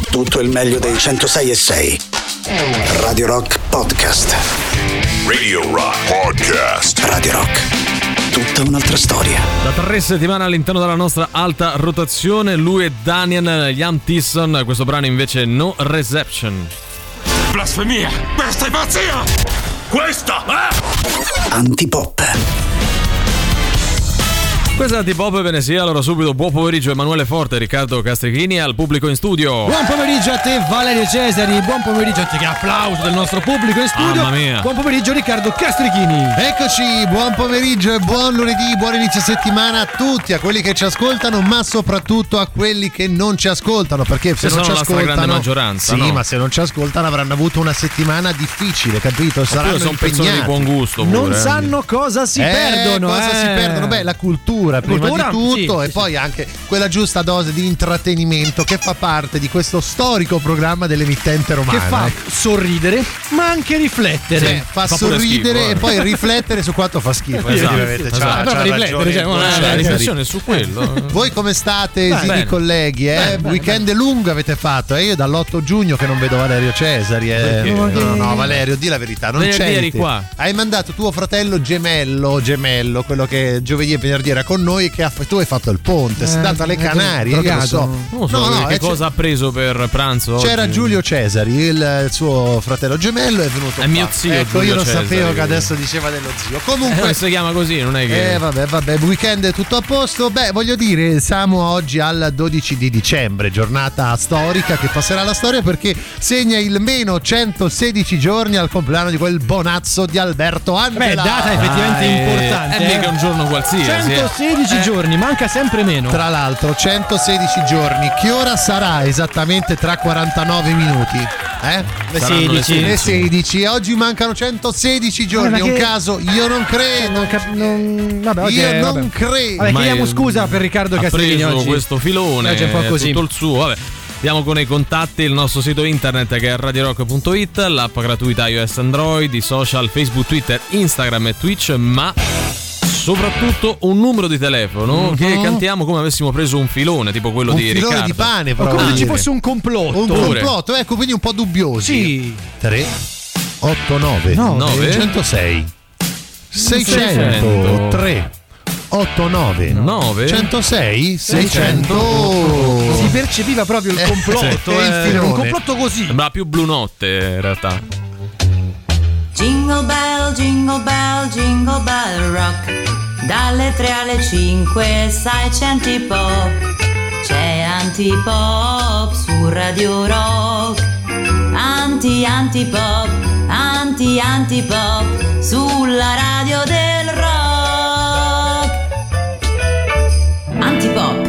tutto il meglio dei 106.6. Radio Rock Podcast. Radio Rock Podcast. Radio Rock. Tutta un'altra storia. Da 3 settimane all'interno della nostra alta rotazione, lui è Daniel Jan Tisson, questo brano invece No Reception. Blasfemia! Questa è pazzia! Questa è Antipop. Questa è Antipop, ve ne sia. Allora subito buon pomeriggio Emanuele Forte, Riccardo Castrichini al pubblico in studio. Buon pomeriggio a te Valerio Cesari, buon pomeriggio a te, che applauso del nostro pubblico in studio. Mamma mia. Buon pomeriggio Riccardo Castrichini. Eccoci, buon pomeriggio e buon lunedì, buon inizio settimana a tutti, a quelli che ci ascoltano, ma soprattutto a quelli che non ci ascoltano, perché se non ci sono la stragrande ascoltano, maggioranza, sì, no? ma se non ci ascoltano avranno avuto una settimana difficile, capito? Saranno sono persone di buon gusto pure, Non sanno cosa si perdono. Cosa si perdono? Beh, la cultura prima Cultura? di tutto, Sì, e sì, poi anche quella giusta dose di intrattenimento che fa parte di questo storico programma dell'emittente romana. Che fa sorridere ma anche riflettere. Sì, fa Fa pure sorridere schifo, e poi riflettere su quanto fa schifo. Esatto, effettivamente. esatto. Però riflettere, cioè, La riflessione è su quello. Voi come state, esimi bene. colleghi? Weekend lungo avete fatto? Io dall'8 giugno che non vedo Valerio Cesari. Perché? No, Valerio, di la verità, non Venerdì c'è. eri qua. Hai mandato tuo fratello gemello, quello che giovedì e venerdì era con noi, che tu hai fatto il ponte, sei andato alle Canarie, io lo so. Non so che cosa ha preso per pranzo C'era oggi. Giulio Cesari, il suo fratello gemello, è venuto È qua. mio zio, Ecco, Giulio io lo Cesari. sapevo che adesso diceva dello zio. Comunque si chiama così, non è che vabbè, weekend è tutto a posto. Beh, voglio dire, siamo oggi al 12 di dicembre, giornata storica che passerà alla storia perché segna il meno 116 giorni al compleanno di quel bonazzo di Alberto Angela. Beh, data effettivamente importante. è mica un giorno qualsiasi. 116 giorni, manca sempre meno. Tra l'altro 116 giorni. Che ora sarà esattamente tra 49 minuti? Le Saranno le 16. Le 16. Oggi mancano 116 giorni. È un caso? Io non credo. Vabbè, oggi Io è- non vabbè. credo. Vabbè, Ma chiediamo è- scusa per Riccardo ha Castrichini preso oggi. questo filone, Oggi è un po' così. tutto il suo. Vabbè, andiamo con i contatti, il nostro sito internet che è radiorock.it, l'app gratuita iOS Android, i social Facebook, Twitter, Instagram e Twitch, ma soprattutto un numero di telefono che cantiamo come avessimo preso un filone, tipo quello Un di filone Riccardo. di pane, Ma proprio. come se ci dire. fosse un complotto. Un complotto, ecco, quindi un po' dubbiosi. Sì. 3 8 9 9 106 600 3 8 9 9 106 600. Si percepiva proprio il complotto. Sì, il filone. Un complotto così. Sembrava più Blue Notte in realtà. Jingle bell, jingle bell rock. Dalle 3 alle 5 sai c'è Antipop. C'è Antipop su Radio Rock. Antipop, Antipop sulla radio del rock. Antipop.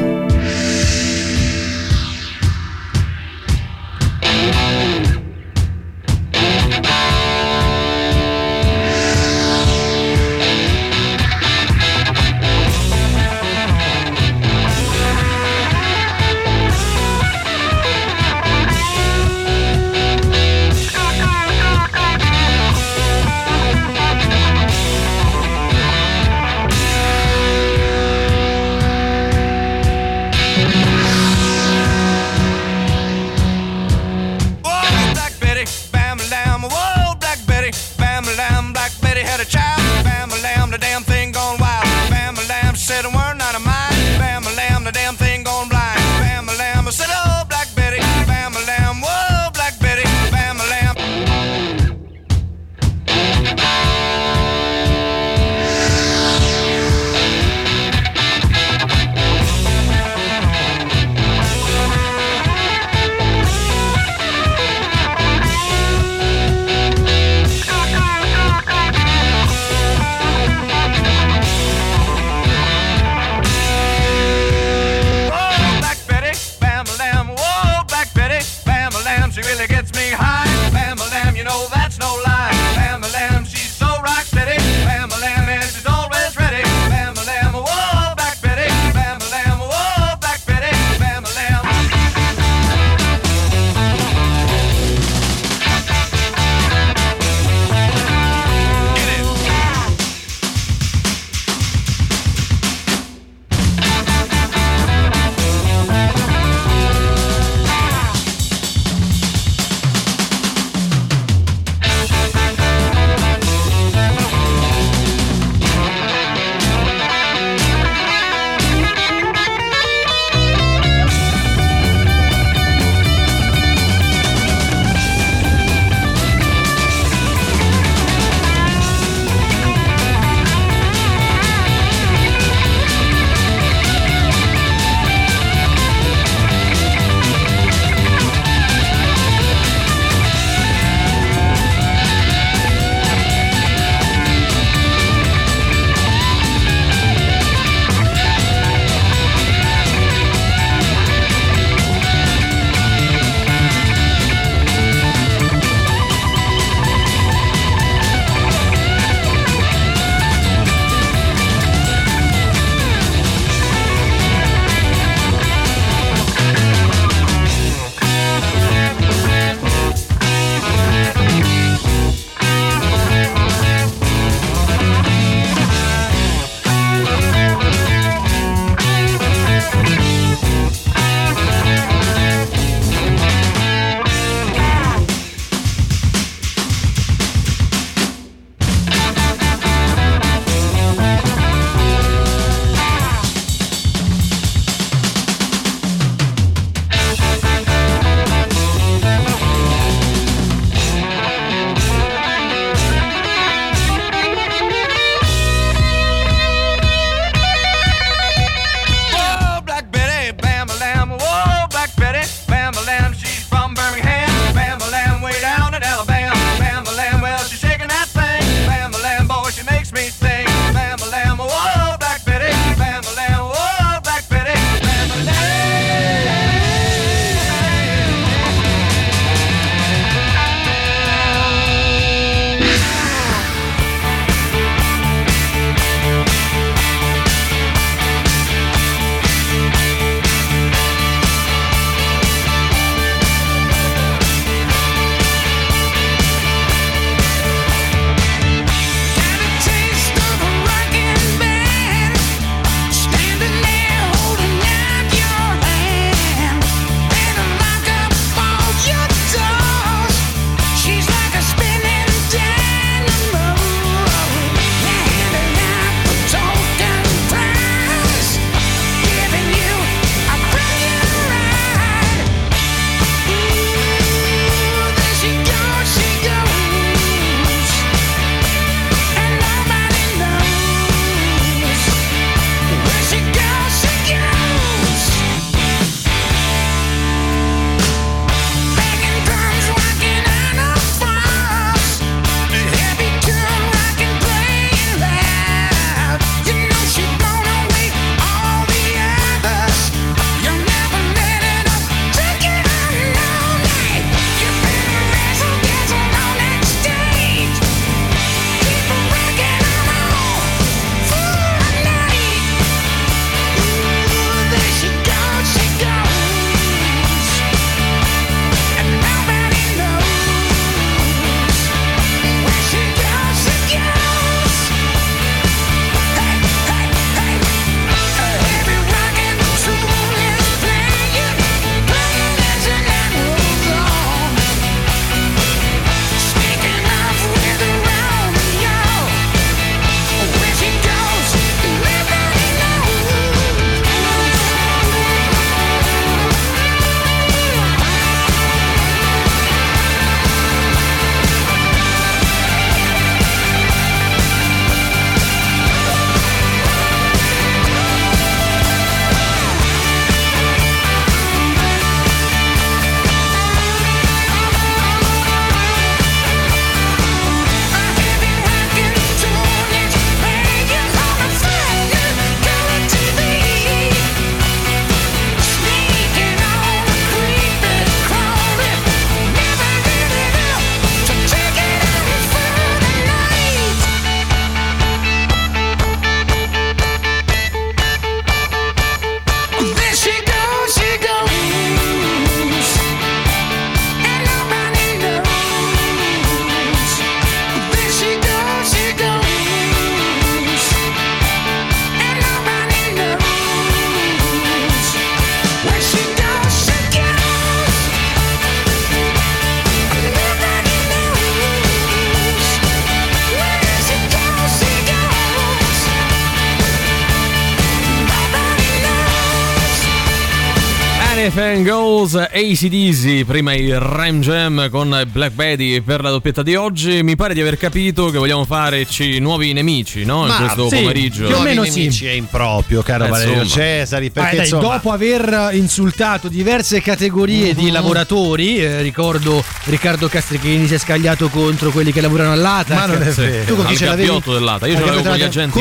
Boys and Girls, AC/DC, prima il Ram Jam con Black Betty per la doppietta di oggi. Mi pare di aver capito che vogliamo farci nuovi nemici, no? In questo pomeriggio. Più o meno nemici è improprio, caro Valerio Cesari, perché dopo aver insultato diverse categorie di lavoratori, ricordo Riccardo Castrichini si è scagliato contro quelli che lavorano all'ATAC. Ma non è vero. Tu con chi ce l'avevi? Dell'ATA. Io ce l'avevo con gli agenti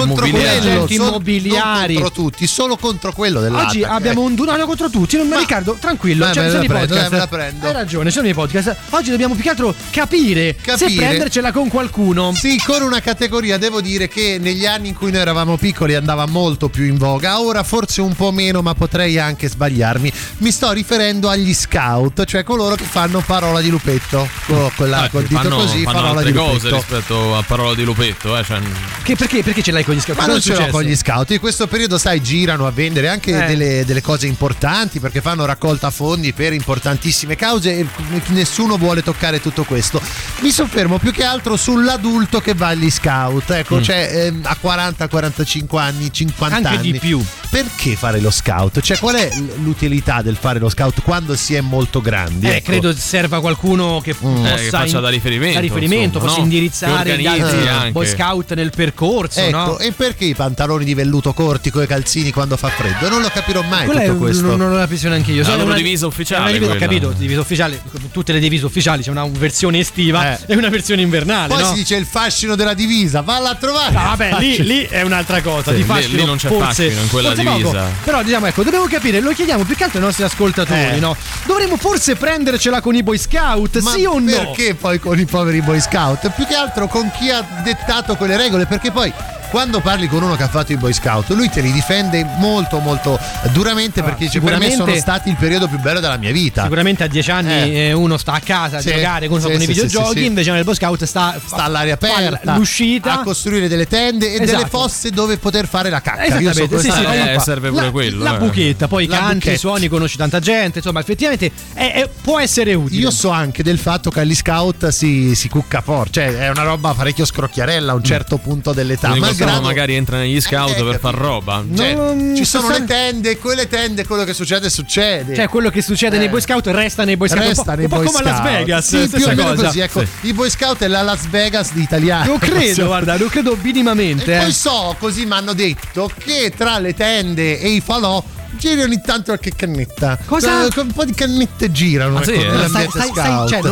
immobiliari. Contro tutti, solo contro quello dell'ATAC. Oggi abbiamo un no contro tutti. Ma Riccardo, tranquillo, sono i podcast. Me la prendo. Hai ragione, sono i podcast. Oggi dobbiamo più che altro capire se prendercela con qualcuno. Sì, con una categoria, devo dire che negli anni in cui noi eravamo piccoli andava molto più in voga, ora forse un po' meno, ma potrei anche sbagliarmi. Mi sto riferendo agli scout, cioè coloro che fanno parola di lupetto. Col dito così, fanno parola altre di cose lupetto. rispetto a parola di lupetto, cioè... Perché ce l'hai con gli scout? Ma non ce l'ho con gli scout. In questo periodo, sai, girano a vendere anche delle cose importanti, perché fanno raccolta fondi per importantissime cause e nessuno vuole toccare tutto questo. Mi soffermo più che altro sull'adulto che va agli scout, ecco, cioè a 40, 45 anni, 50 anche anni. Anche di più. Perché fare lo scout? Cioè, qual è l'utilità del fare lo scout quando si è molto grandi? Ecco. Credo serva qualcuno che possa che faccia da riferimento, insomma, possa indirizzare gli altri Boy Scout nel percorso, ecco, no? E perché i pantaloni di velluto corti con i calzini quando fa freddo? Non lo capirò mai. Quella tutto questo. Non lo capisco neanche io. È una divisa ufficiale. Ho capito, divisa ufficiale. Tutte le divise ufficiali c'è una versione estiva e una versione invernale. Poi no? si dice il fascino della divisa, valla a trovare. No, vabbè, lì è un'altra cosa. Di fascino, lì non c'è fascino in quella divisa. Poco. Però diciamo, ecco, dobbiamo capire, lo chiediamo più che altro ai nostri ascoltatori, no? Dovremmo forse prendercela con i Boy Scout, ma sì o no? Perché poi con i poveri Boy Scout? Più che altro con chi ha dettato quelle regole, perché poi quando parli con uno che ha fatto i Boy Scout, lui te li difende molto molto duramente, perché dice: per me sono stati il periodo più bello della mia vita. Sicuramente a 10 anni uno sta a casa a giocare con i videogiochi, invece nel Boy Scout sta all'aria aperta, l'uscita, a costruire delle tende e delle fosse dove poter fare la cacca. Esattamente, serve pure quello. La buchetta, poi canti, suoni, conosci tanta gente, insomma, effettivamente può essere utile. Io so anche del fatto che agli scout si cucca forte, cioè è una roba parecchio scrocchiarella a un certo punto dell'età. Magari entra negli scout per far roba. Ci sono le tende, quelle tende, quello che succede. Cioè, quello che succede nei Boy Scout resta nei Boy Scout. Un po' come a Las Vegas. Sì, più o meno cosa. Così, ecco. I Boy Scout è la Las Vegas di italiano. Non credo, guarda, non credo minimamente. E poi so, così mi hanno detto, che tra le tende e i falò giri ogni tanto qualche cannetta. Cosa? Un po' di cannette girano. Ah, sì, nell'ambiente scout. Cioè,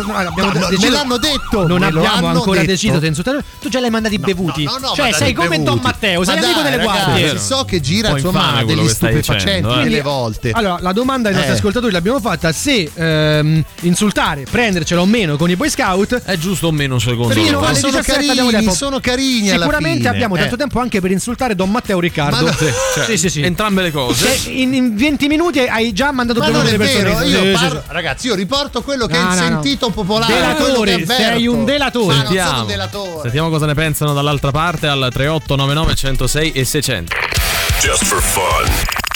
me l'hanno detto. Non abbiamo ancora deciso. Tu già l'hai mandati bevuti. No, cioè, sei come Don Matteo, sei amico delle guardie. So che gira insomma degli stupefacenti delle volte. Allora, la domanda ai nostri ascoltatori l'abbiamo fatta: se insultare, prendercela o meno con i Boy Scout è giusto o meno secondo voi? Sono carini. Sicuramente abbiamo tanto tempo anche per insultare Don Matteo Riccardo. Sì. Entrambe le cose. In 20 minuti hai già mandato per le persone. Ragazzi, io riporto quello che è il sentito popolare. Delatore, sei un delatore. Sentiamo cosa ne pensano dall'altra parte al 3899 106 e 600. Just for fun.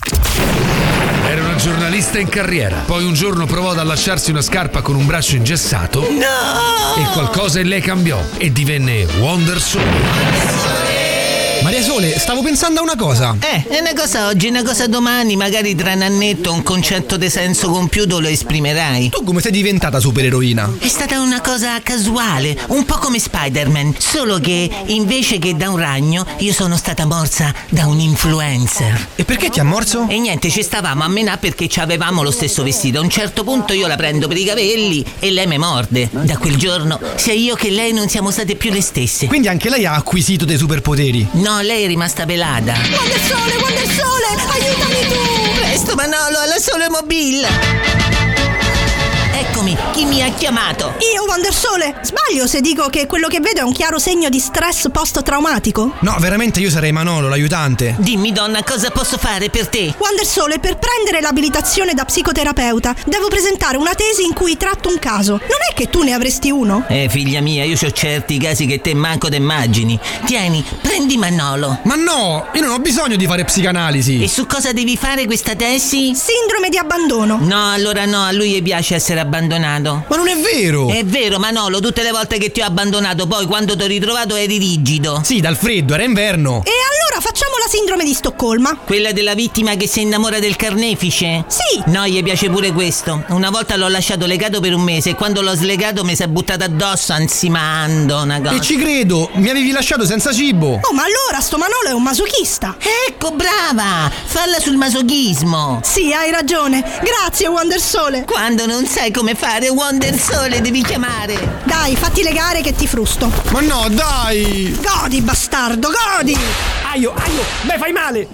Era una giornalista in carriera. Poi un giorno provò ad allacciarsi una scarpa con un braccio ingessato. No! E qualcosa in lei cambiò e divenne Wonder Sole. Maria Sole, stavo pensando a una cosa. È una cosa oggi, una cosa domani, magari tra un annetto un concetto di senso compiuto lo esprimerai. Tu come sei diventata supereroina? È stata una cosa casuale, un po' come Spider-Man, solo che invece che da un ragno io sono stata morsa da un influencer. E perché ti ha morso? E niente, ci stavamo a menà perché avevamo lo stesso vestito. A un certo punto io la prendo per i capelli e lei mi morde. Da quel giorno sia io che lei non siamo state più le stesse. Quindi anche lei ha acquisito dei superpoteri? No, lei è rimasta pelata. Wonder Sole, aiutami tu! Presto Manolo, alla Sole Mobile! Eccomi, chi mi ha chiamato? Io, Wonder Sole. Sbaglio se dico che quello che vedo è un chiaro segno di stress post-traumatico? No, veramente io sarei Manolo, l'aiutante. Dimmi donna, cosa posso fare per te? Wonder Sole, per prendere l'abilitazione da psicoterapeuta devo presentare una tesi in cui tratto un caso. Non è che tu ne avresti uno? Figlia mia, io ho certi casi che te manco te immagini. Tieni, prendi Manolo. Ma no, io non ho bisogno di fare psicanalisi. E su cosa devi fare questa tesi? Sindrome di abbandono. No, allora no, a lui gli piace essere abbandonato. abbandonato. Ma non è vero! È vero, Manolo, tutte le volte che ti ho abbandonato, poi quando ti ho ritrovato eri rigido. Sì, dal freddo, era inverno. E allora facciamo la sindrome di Stoccolma. Quella della vittima che si innamora del carnefice? Sì. No, gli piace pure questo. Una volta l'ho lasciato legato per un mese e quando l'ho slegato mi si è buttato addosso ansimando una cosa. E ci credo, mi avevi lasciato senza cibo. Oh, ma allora sto Manolo è un masochista. Ecco, brava! Falla sul masochismo. Sì, hai ragione. Grazie, Wonder Sole. Quando non sai come fare Wonder Sole devi chiamare. Dai, fatti legare che ti frusto. Ma no, dai! Godi, bastardo, godi! Aio, me fai male!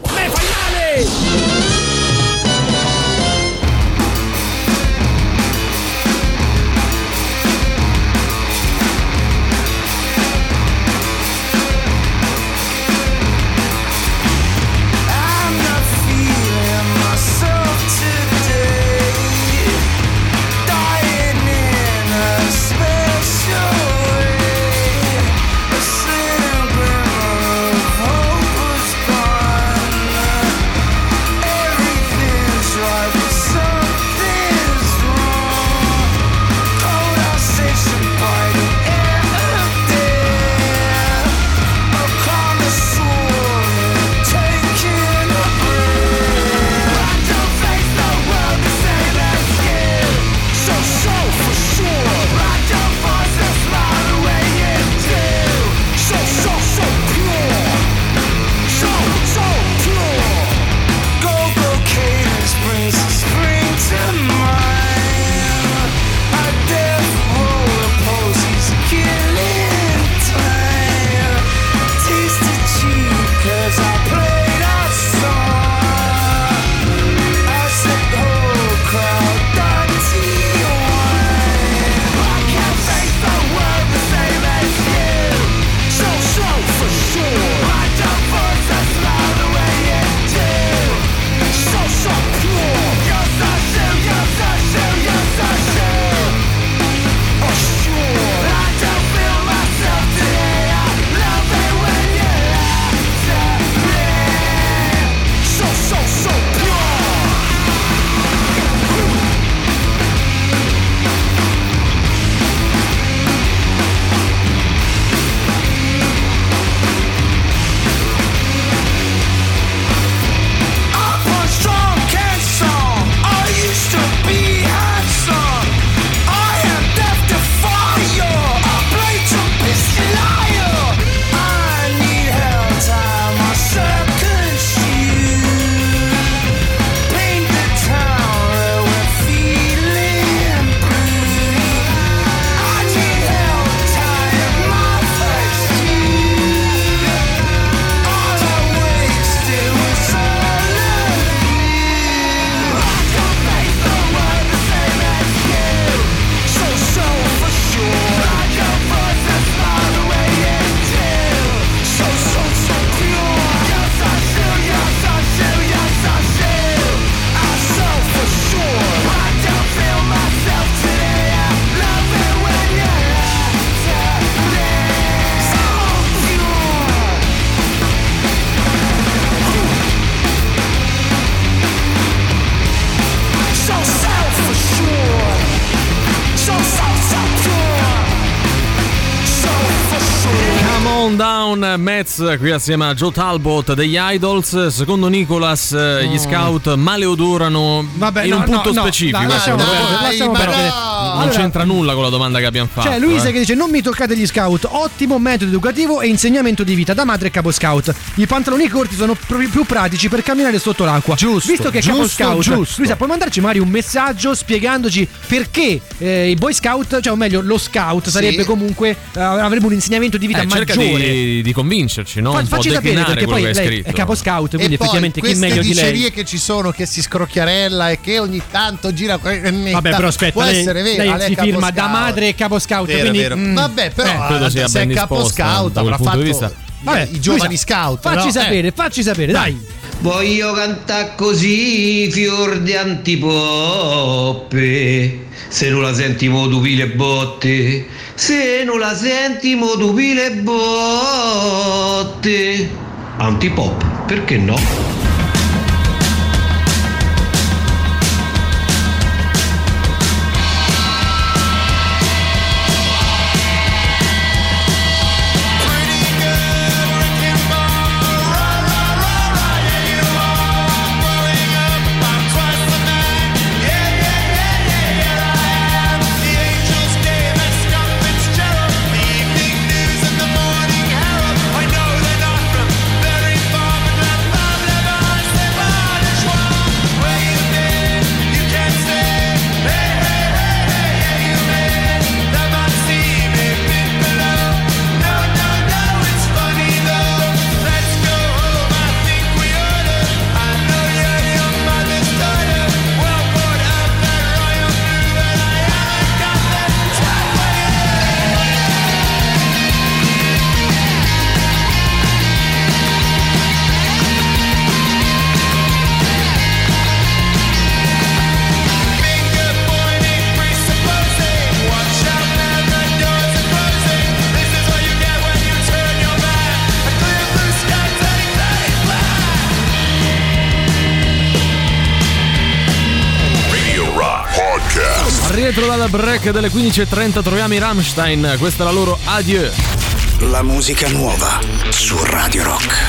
Down Metz qui assieme a Joe Talbot degli Idols. Secondo Nicolas gli scout maleodorano in un punto specifico. Lasciamo perdere. Non c'entra nulla con la domanda che abbiamo fatto. C'è Luisa che dice: non mi toccate gli scout, ottimo metodo educativo e insegnamento di vita da madre e capo scout. I pantaloni corti sono più pratici per camminare sotto l'acqua. Giusto. Visto che è capo scout, Luisa, puoi mandarci magari un messaggio spiegandoci perché i boy scout, cioè o meglio lo scout sarebbe comunque avrebbe un insegnamento di vita maggiore. Di convincerci, no? Facci sapere, perché poi lei è capo scout, quindi effettivamente chi meglio di lei. Queste dicerie che ci sono, che si scrocchiarella e che ogni tanto gira. Vabbè, però aspetta, può essere vero. Lei si firma da madre e capo scout, vero, quindi vero. Vabbè, però se è capo scout avrà fatto i giovani scout. Facci sapere, dai. Voglio cantare così, fior di antipoppe. Se non la senti mo tu pile botte. Se non la senti mo tu pile botte. Antipop, perché no? Indietro dal break delle 15.30 troviamo i Rammstein, questa è la loro Adieu. La musica nuova su Radio Rock.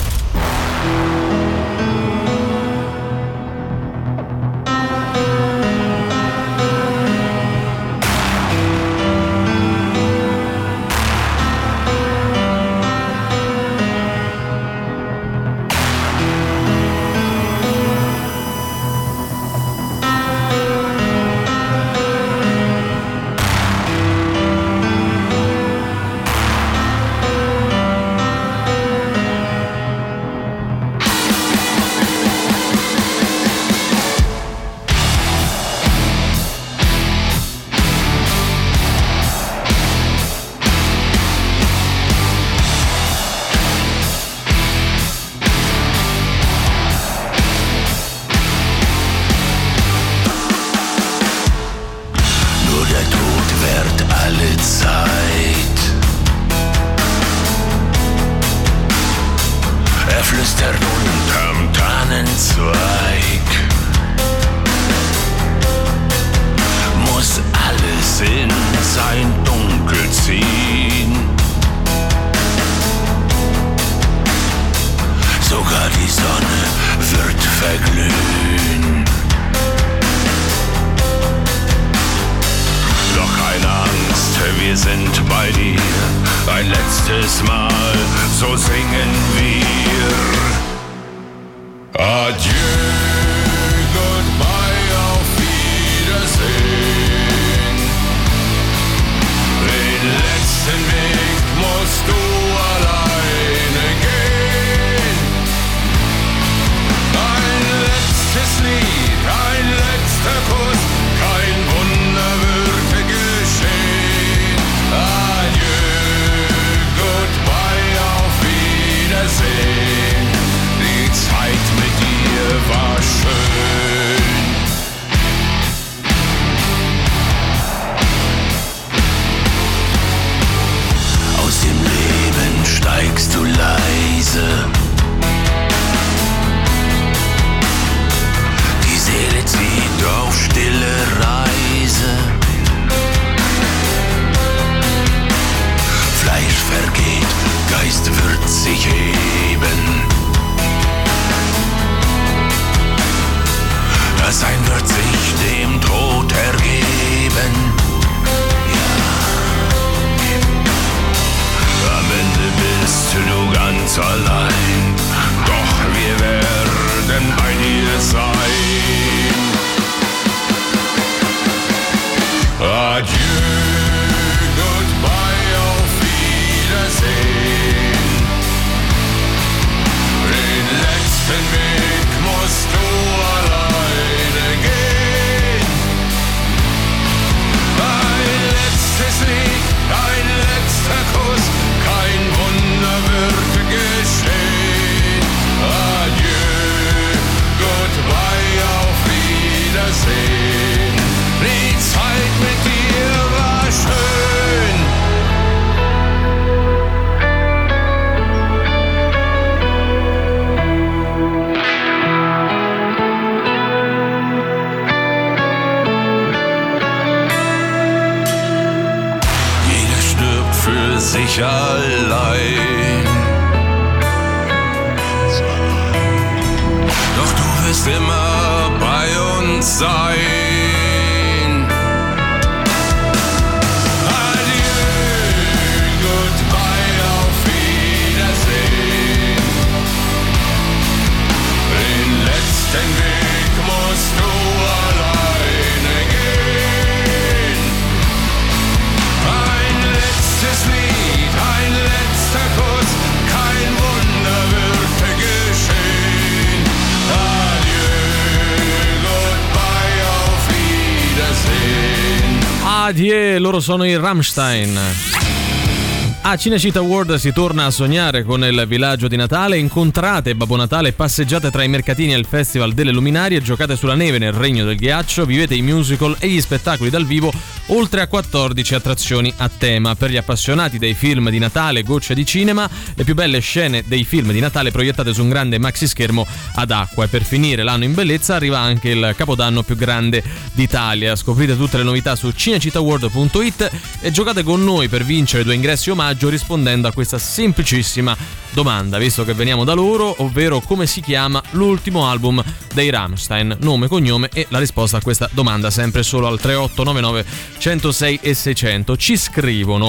sich allein. Doch du wirst immer bei uns sein. Den Weg musst du alleine gehen. Ein letztes Lied, ein letzter Kuss, kein Wunder wird geschehen. Adieu, goodbye, auf Wiedersehen. Adieu, loro sono i Rammstein. A Cinecittà World si torna a sognare con il villaggio di Natale, incontrate Babbo Natale, passeggiate tra i mercatini al Festival delle Luminarie, giocate sulla neve nel Regno del Ghiaccio, vivete i musical e gli spettacoli dal vivo, oltre a 14 attrazioni a tema. Per gli appassionati dei film di Natale, gocce di cinema, le più belle scene dei film di Natale proiettate su un grande maxi schermo ad acqua. E per finire l'anno in bellezza arriva anche il Capodanno più grande d'Italia. Scoprite tutte le novità su cinecittàworld.it e giocate con noi per vincere 2 ingressi omaggio rispondendo a questa semplicissima domanda, visto che veniamo da loro, ovvero come si chiama l'ultimo album dei Rammstein, nome, cognome e la risposta a questa domanda sempre solo al 3899 106 e 600. Ci scrivono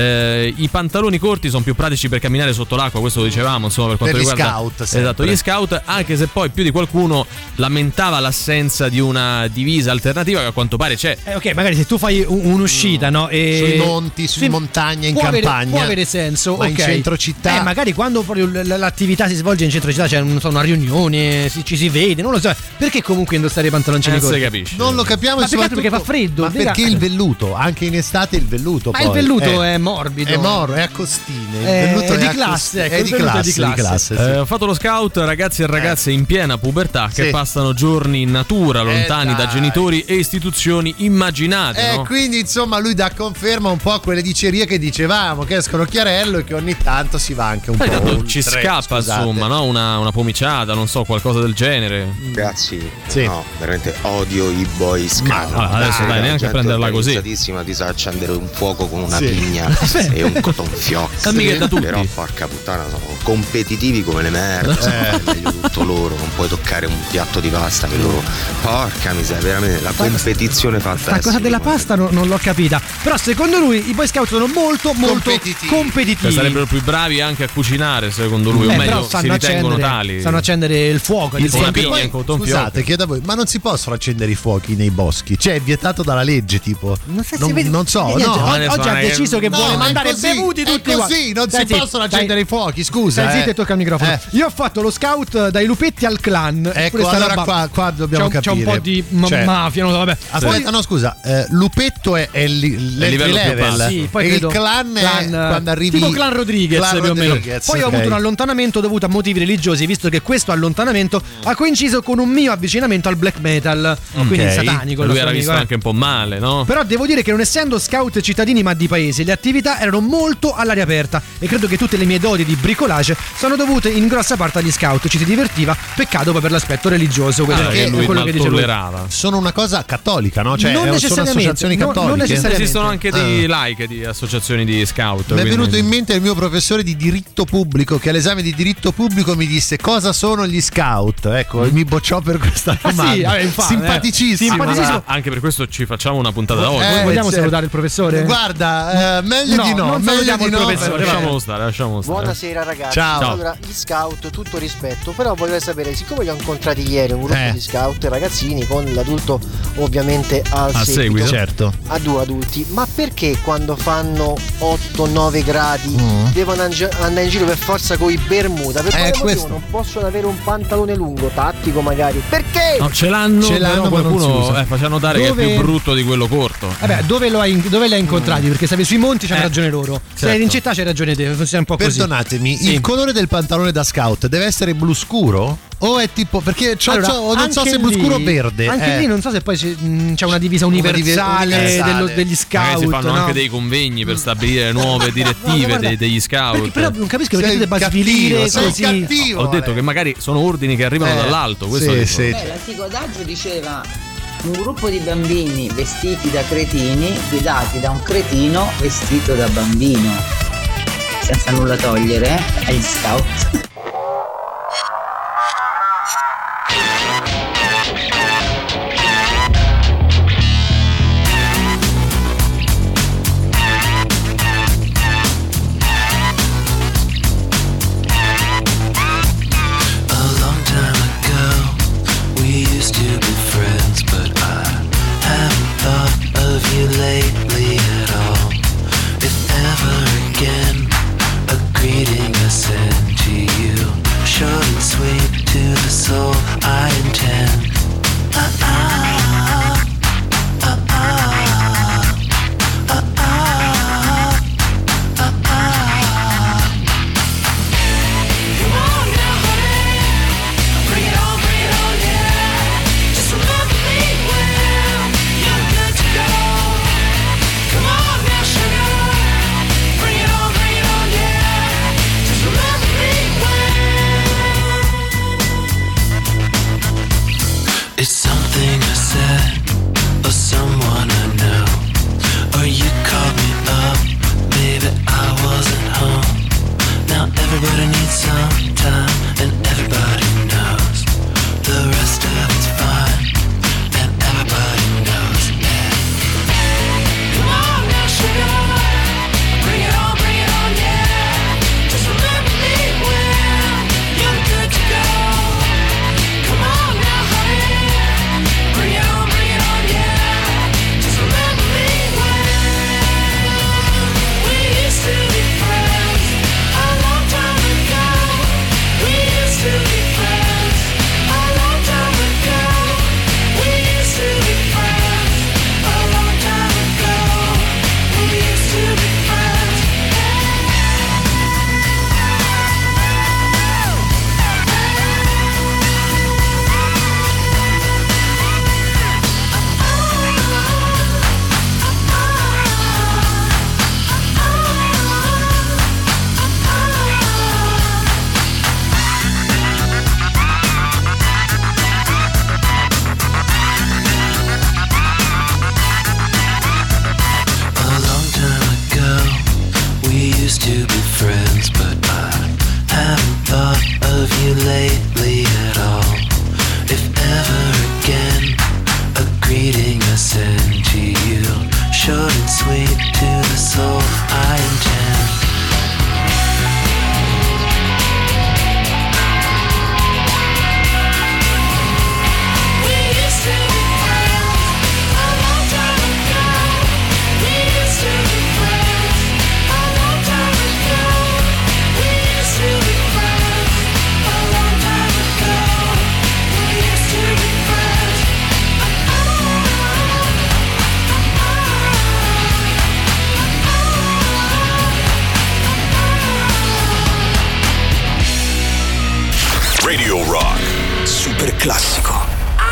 i pantaloni corti sono più pratici per camminare sotto l'acqua, questo lo dicevamo, insomma, per quanto riguarda scout, esatto, gli scout, anche se poi più di qualcuno lamentava l'assenza di una divisa alternativa che a quanto pare c'è. Ok, magari se tu fai un'uscita, no? Sui monti, su montagna, in campagna, può avere senso, ma ok. in centro città, magari quando proprio l'attività si svolge in centro città, c'è una riunione, ci si vede, non lo so, perché comunque indossare i pantaloncini corti? Si capisce. Non lo capiamo, ma perché fa freddo? Ma perché il velluto, anche in estate il velluto. Ma poi, il velluto è morbido, è a costine, il è velluto di classe, è di classe. Sì. Ho fatto lo scout, ragazzi e ragazze in piena pubertà che passano giorni in natura, lontani da genitori e istituzioni immaginate, no? Quindi insomma lui dà conferma un po' a quelle dicerie che dicevamo, che escono chiarello e che ogni tanto si va anche un po' oltre. Ci scappa, insomma, no? Una pomiciata, non so, qualcosa del genere. Ragazzi, no, veramente odio i Boy Scout. Adesso dai, neanche prenderla così. Ti sa accendere un fuoco con una pigna e un cotton fioc. Però porca puttana, sono competitivi come le merda. È meglio tutto loro, non puoi toccare un piatto di pasta che loro. Porca miseria, veramente la competizione fatta. La cosa della pasta non l'ho capita. Però secondo lui i Boy Scout sono molto competitivi. Sarebbero più bravi anche a cucinare, secondo lui, o meglio si ritengono tali. Sanno accendere il fuoco, scusate, chiedo a voi, ma non si possono accendere i fuochi nei boschi? Cioè è vietato dalla legge, tipo. Non so, oggi ha deciso che vuole mandare bevuti tutti così, non si possono accendere i fuochi, scusa. Stai zitto e tocca il microfono. Io ho fatto lo scout dai lupetti al clan. Ecco, allora qua dobbiamo capire. C'è un po' di mafia, no, vabbè. Aspetta, no, scusa, lupetto è il livello più basso. Sì, poi il clan è quando arrivi tipo Clan Rodriguez, più o meno. Poi ho avuto un allontanamento dovuto a motivi religiosi, visto che questo allontanamento ha coinciso con un mio avvicinamento al black metal, quindi satanico. Lui era visto anche un po' male, no? Però devo dire che non essendo scout cittadini ma di paese, le attività erano molto all'aria aperta e credo che tutte le mie doti di bricolage sono dovute in grossa parte agli scout. Ci si divertiva, peccato poi per l'aspetto religioso, quello che dice lui. Sono una cosa cattolica, no? Cioè non sono associazioni cattoliche. Esistono anche dei like di associazioni di scout. Mi è venuto in mente il mio professore di diritto pubblico, che all'esame di diritto pubblico mi disse cosa sono gli scout. Ecco, mi bocciò per questa domanda. Simpaticissimo. Anche per questo ci facciamo una puntata da oggi. Vogliamo salutare il professore? Guarda, meglio di no. Non salutiamo il professore. Lasciamolo stare. Buonasera ragazzi. Ciao. Allora, gli scout, tutto rispetto, però vorrei sapere, siccome li ho incontrati ieri un gruppo di scout ragazzini con l'adulto ovviamente al seguito, certo, a 2 adulti, ma perché quando fanno 8-9 gradi devono andare in giro per forza con i bermuda? Per quale motivo non possono avere un pantalone lungo, tattico magari? Perché? No, ce l'hanno ma qualcuno faccia notare che è più brutto di quello corto. Vabbè, dove li hai incontrati? Perché se sui monti c'hanno ragione loro. Se sei in città c'hai ragione te, funziona un po' così. Perdonatemi, il colore del pantalone da scout deve essere blu scuro? O è tipo, perché non so se è blu scuro o verde. Anche lì non so se poi c'è una divisa universale degli scout. Si fanno anche dei convegni per stabilire nuove direttive degli scout. Però non capisco perché tu debba svilire così. Ho detto che magari sono ordini che arrivano dall'alto. Questo l'anticodaggio diceva: un gruppo di bambini vestiti da cretini guidati da un cretino vestito da bambino. Senza nulla togliere agli scout. Lately at all, if ever again, a greeting I send to you. lately at all. If ever again, a greeting I send to you, short and sweet to the soul I intend. Radio Rock. Super classico.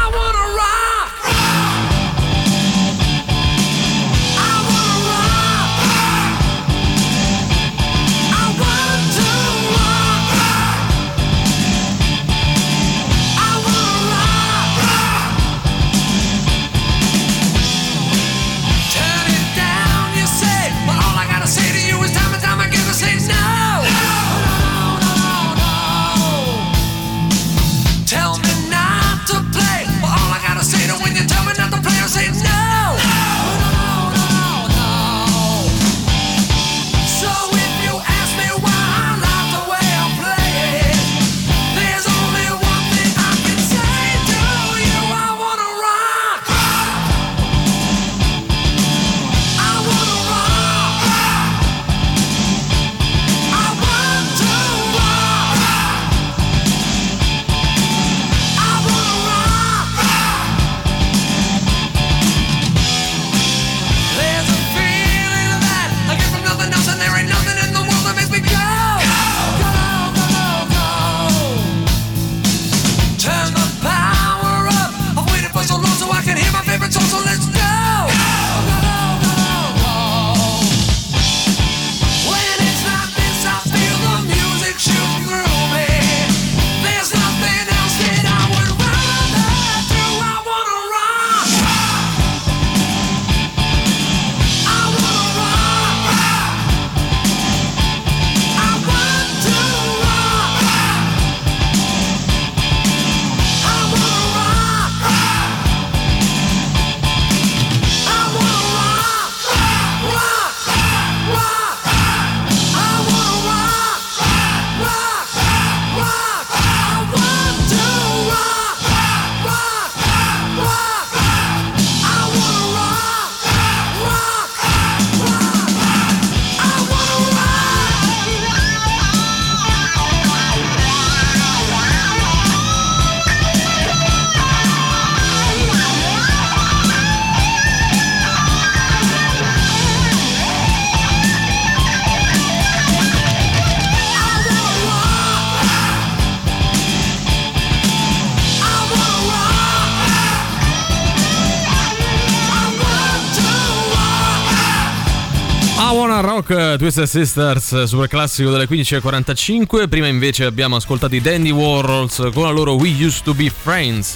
Rock, Twisted Sisters, super classico delle 15:45. Prima invece abbiamo ascoltato i Dandy Warhols con la loro We Used to Be Friends.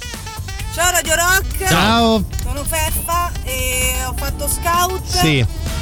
Ciao Radio Rock. Ciao. Sono Feffa e ho fatto scout. Sì.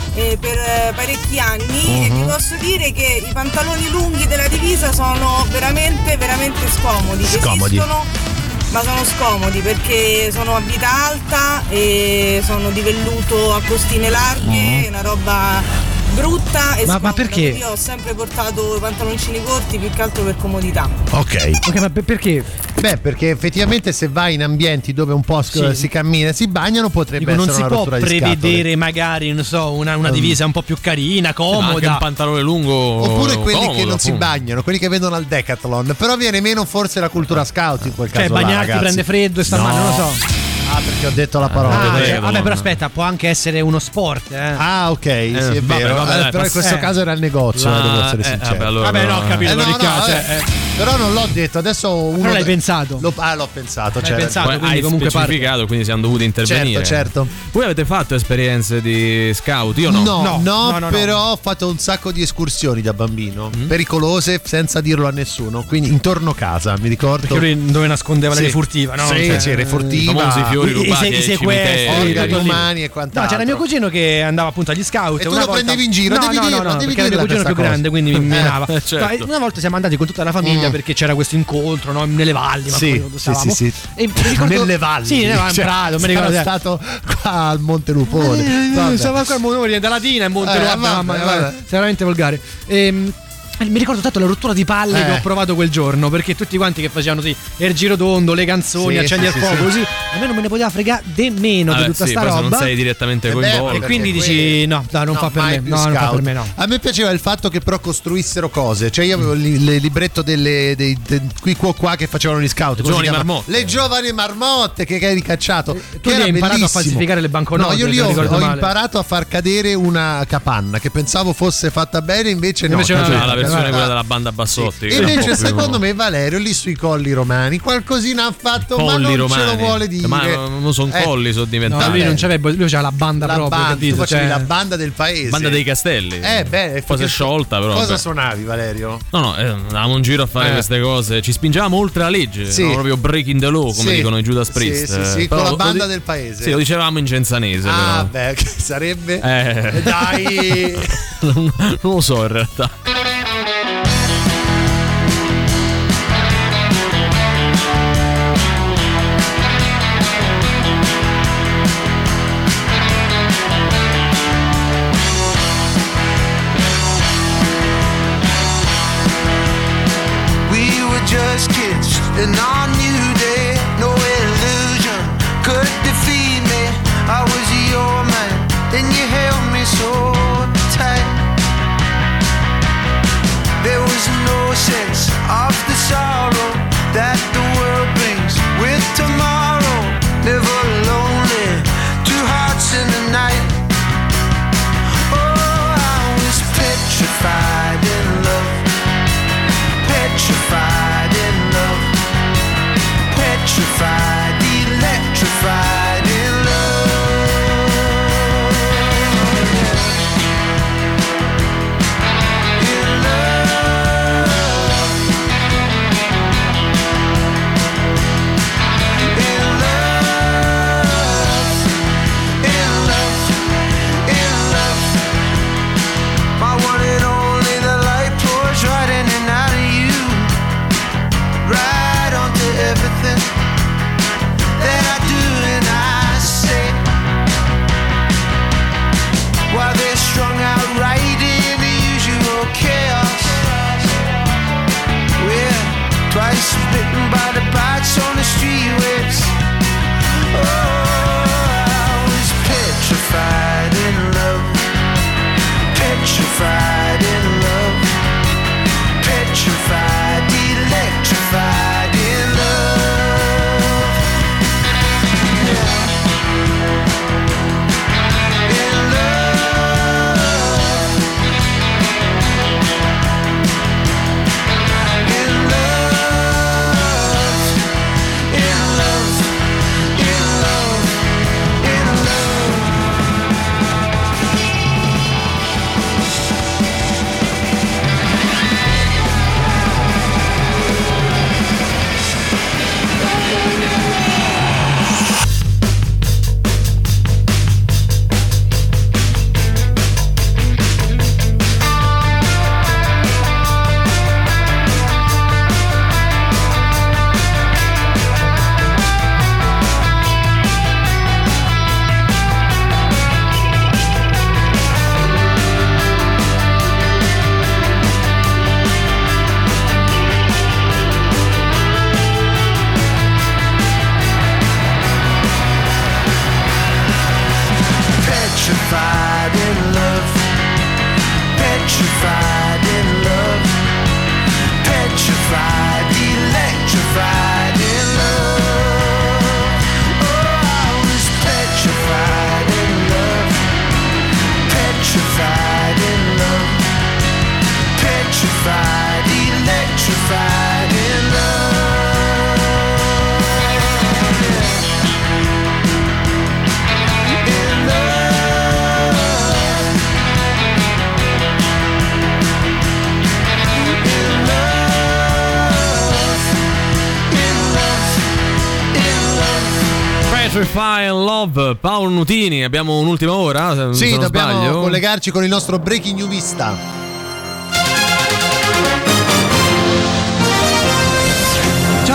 Per parecchi anni e vi posso dire che i pantaloni lunghi della divisa sono veramente scomodi. Esistono, ma sono scomodi perché sono a vita alta e sono di velluto a costine larghe, è una roba brutta e ma perché? Io ho sempre portato i pantaloncini corti più che altro per comodità. Ok, ma perché? Beh, perché effettivamente se vai in ambienti dove un po' si cammina e si bagnano potrebbe essere una rottura di scatole. Non si può prevedere magari, non so, una divisa un po' più carina, comoda, anche un pantalone lungo, oppure quelli comodo, che non si appunto. bagnano, quelli che vedono al Decathlon. Però viene meno forse la cultura scout in quel caso. Cioè bagnarti prende freddo e sta male, non lo so. Ah, perché ho detto la parola. Vabbè, però aspetta, può anche essere uno sport. Ah, ok, sì, è vero. Vabbè, però in questo caso era il negozio, devo essere sincero. Vabbè, no, ho capito. Però non l'ho detto, adesso uno. Però l'hai pensato. L'ho pensato, l'hai pensato, quindi hai comunque specificato, quindi siamo dovuti intervenire. Certo. Voi avete fatto esperienze di scout? Io no. No, però ho fatto un sacco di escursioni da bambino, pericolose senza dirlo a nessuno, quindi intorno a casa, mi ricordo. Perché lui dove nascondeva le furtiva, no? Sì, c'era furtiva. I famosi fiori rubati i sequestri, organi umani e quant'altro. No, c'era mio cugino che andava appunto agli scout. E tu lo prendevi in giro? No, devi dirlo, perché era mio cugino più grande, quindi mi menava. Certo. Una volta siamo andati con tutta la famiglia Puglia perché c'era questo incontro, no? Nelle valli, ma sì. E mi ricordo, nelle valli. Sì, nelle valli, Prato, mi ricordo. Sono stato qua al Monte Lupone. Stavo qua al Monte da Latina e Monte Lupone, veramente volgare. Mi ricordo tanto la rottura di palle che ho provato quel giorno, perché tutti quanti che facevano il girotondo, le canzoni, accendi il fuoco, così a me non me ne poteva fregare de meno di tutta sta roba. Non sei direttamente coinvolto. E quindi dici no, non fa per me. No, non fa per me, no. A me piaceva il fatto che però costruissero cose. Cioè io avevo il libretto dei qui qua che facevano gli scout. Giovani marmotte. Le giovani marmotte che hai ricacciato. Tu hai imparato a falsificare le banconote. No, io lì ho imparato a far cadere una capanna che pensavo fosse fatta bene, invece no. La versione quella della banda Bassotti. E invece secondo me Valerio lì sui colli romani qualcosina ha fatto, ma non romani. Ce lo vuole dire. Ma non sono colli, sono diventati. No, lui non c'aveva, lui c'aveva la banda proprio. Tu facevi la banda del paese. Banda dei Castelli. Cosa sciolta però. Cosa suonavi, Valerio? No, andavamo in giro a fare queste cose. Ci spingevamo oltre la legge. Sì. Proprio breaking the law, come dicono i Judas Priest. Sì, con la banda del paese. Sì, lo dicevamo in genzanese. Beh, sarebbe. Dai. Non lo so in realtà. Just kids and on new day, no illusion could defeat me. I was your man, and you held me so tight. There was no sense of the sorrow that the world brings with tomorrow. Never lonely, two hearts in the night. Oh, I was petrified in love, petrified in love, petrified, electrified in love. In love. In love. In love. In love. My one and only, the light pours right in and out of you, right onto everything that I do and I say. While they're strung out right in the usual chaos, we're twice bitten by the bites on the street waves. Oh, I was petrified in love, petrified in love, petrified, electrified in love. In love. In love. In love. In love. In love. Petrified in love, petrified in love, petrified, electrified in love. Oh, I was petrified in love, petrified in love, petrified, electrified in love. Petrified in Love, Paolo Nutini. Abbiamo un'ultima ora? Sì, dobbiamo collegarci con il nostro breaking newsista.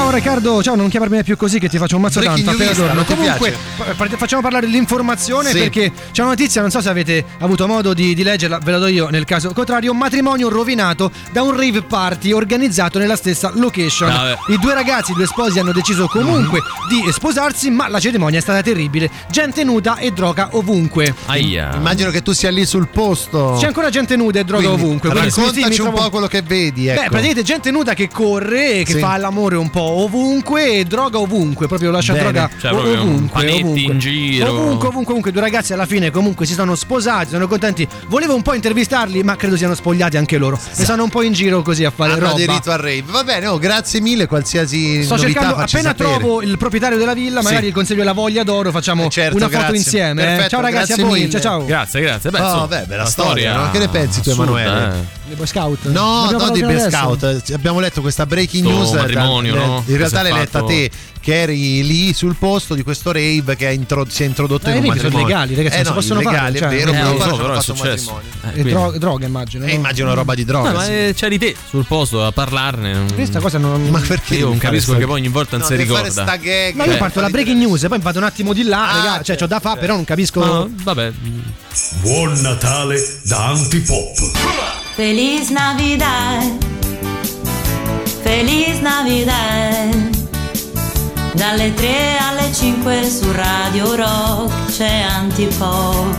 Ciao Riccardo, ciao, non chiamarmi mai più così che ti faccio un mazzo tanto appena torno. Comunque facciamo parlare dell'informazione, perché c'è una notizia, non so se avete avuto modo di leggerla, ve la do io nel caso contrario. Un matrimonio rovinato da un rave party organizzato nella stessa location. I due ragazzi, i due sposi hanno deciso comunque di sposarsi, ma la cerimonia è stata terribile. Gente nuda e droga ovunque. Immagino che tu sia lì sul posto. C'è ancora gente nuda e droga ovunque. Raccontaci un po' quello che vedi, ecco. Praticamente gente nuda che corre, che fa l'amore un po' ovunque, e droga ovunque, proprio lascia droga ovunque, panetti in giro. Ovunque. Due ragazzi alla fine comunque si sono sposati, sono contenti. Volevo un po' intervistarli, ma credo siano spogliati anche loro. E sono un po' in giro così a fare roba. Hanno aderito al rave. Va bene, grazie mille, qualsiasi sto novità cercando, appena sapere. Trovo il proprietario della villa, magari il consiglio della voglia d'oro, facciamo una foto insieme. Perfetto, ciao ragazzi, a voi. mille. Ciao. Grazie. Bella storia, no? Che ne pensi tu, Emanuele? Le Boy Scout? No, non di Boy Scout. Abbiamo letto questa breaking news. No? In realtà l'hai letta te, che eri lì sul posto di questo rave che si è introdotto in un matrimonio. Sono legali, ragazzi, non si possono fare. È vero, però è successo. E droga, immagino. Immagino roba di droga. Ma c'eri te sul posto a parlarne. Questa cosa non. Ma perché? Io non capisco che poi ogni volta non si ricorda. Ma io parto la breaking news e poi vado un attimo di là, ragazzi. Cioè, c'ho da fare, però non capisco. Vabbè. Buon Natale da Antipop. Feliz Navidad, Feliz Navidad. Dalle 3 alle 5 su Radio Rock c'è Antipop.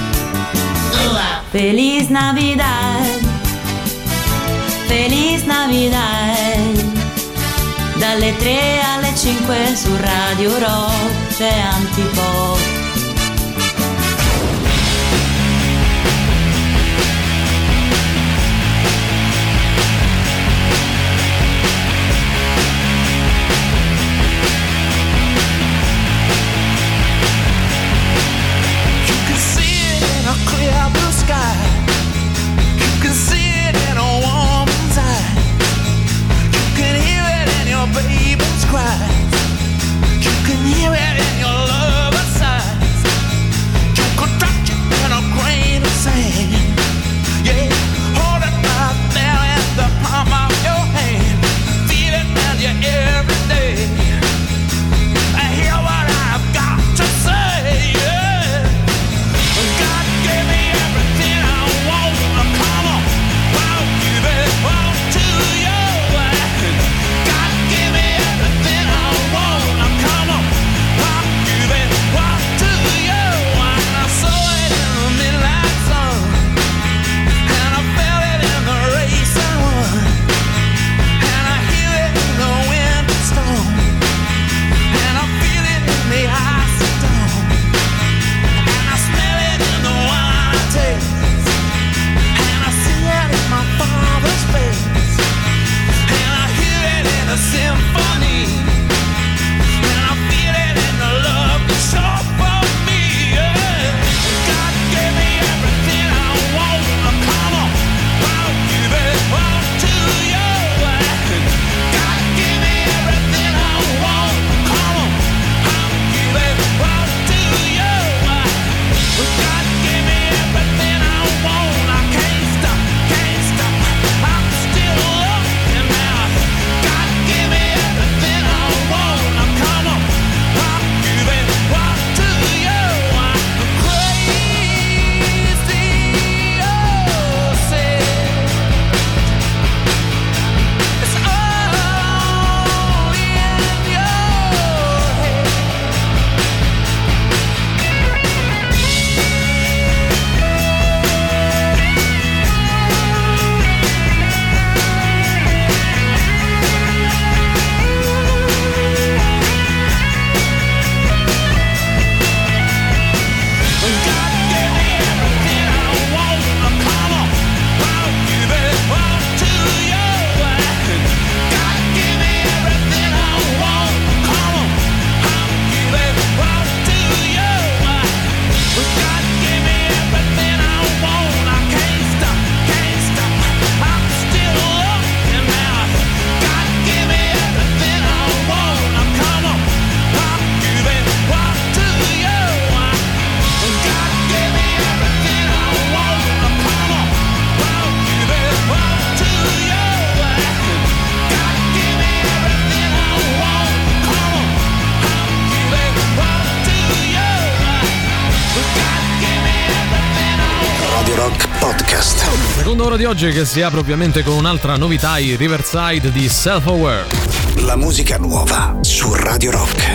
Feliz Navidad, Feliz Navidad. Dalle 3 alle 5 su Radio Rock c'è Antipop. Baby's cry. You can hear it in your lover's sigh. Radio Rock Podcast. Seconda ora di oggi che si apre ovviamente con un'altra novità, i Riverside di Self Aware. La musica nuova su Radio Rock.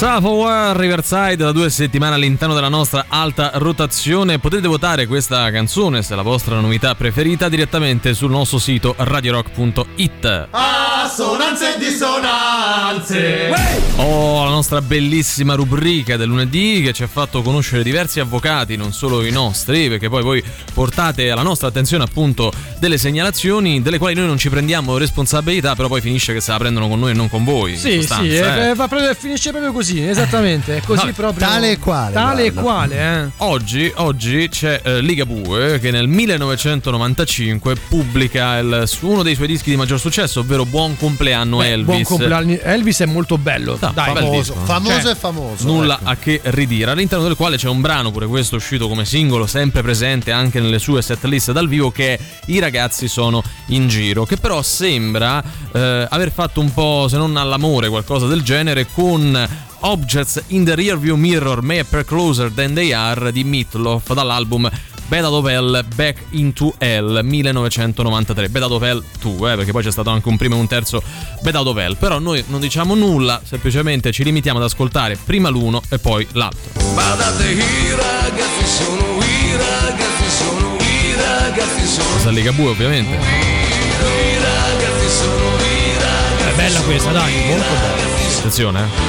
Savoir Riverside da 2 settimane all'interno della nostra alta rotazione. Potete votare questa canzone, se è la vostra novità preferita, direttamente sul nostro sito radiorock.it. Assonanze e dissonanze. La nostra bellissima rubrica del lunedì che ci ha fatto conoscere diversi avvocati, non solo i nostri, perché poi voi portate alla nostra attenzione appunto delle segnalazioni delle quali noi non ci prendiamo responsabilità, però poi finisce che se la prendono con noi e non con voi. Sì, finisce proprio così, esattamente, è così proprio. Tale e quale. Oggi c'è Ligabue che nel 1995 pubblica uno dei suoi dischi di maggior successo, ovvero Buon compleanno Elvis. Buon compleanno Elvis è molto bello, famoso e famoso. Nulla a che ridire, all'interno del quale c'è un brano, pure questo uscito come singolo, sempre presente anche nelle sue setlist dal vivo, che è I ragazzi sono in giro, che però sembra aver fatto un po', se non all'amore, qualcosa del genere con Objects in the Rearview Mirror May Appear Closer Than They Are di Meatloaf, dall'album Bed Out of Hell Back into Hell 1993. Bed Out of Hell 2, perché poi c'è stato anche un primo e un terzo Bed Out of Hell. Però noi non diciamo nulla, semplicemente ci limitiamo ad ascoltare prima l'uno e poi l'altro. Badate, i ragazzi sono Cosa Ligabue, ovviamente. I ragazzi sono è bella questa, dai, molto bella. Attenzione,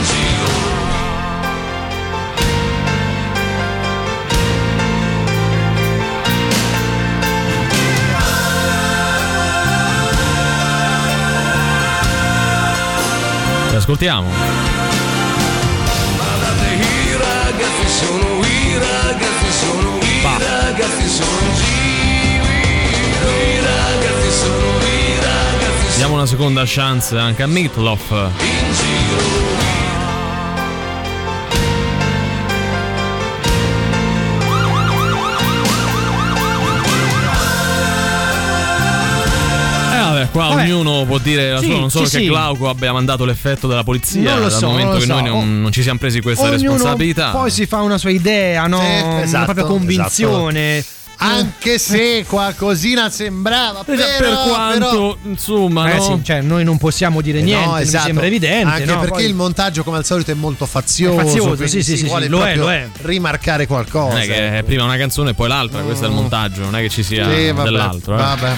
ascoltiamo. I ragazzi sono Diamo una seconda chance anche a Meatloaf. Qua ognuno può dire la sua, non solo che Glauco abbia mandato l'effetto della polizia, dal momento che noi non ci siamo presi questa responsabilità. Poi si fa una sua idea, no? Una propria convinzione. Anche se qualcosina sembrava, per quanto insomma, no? Cioè, noi non possiamo dire niente, mi sembra evidente. Anche perché poi il montaggio, come al solito, è molto fazioso. Sì, lo è. Rimarcare qualcosa. Non è che è prima una canzone e poi l'altra, questo è il montaggio, non è che ci sia dell'altro. Vabbè.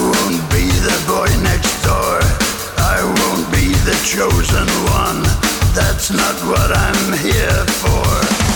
chosen one, that's not what I'm here for.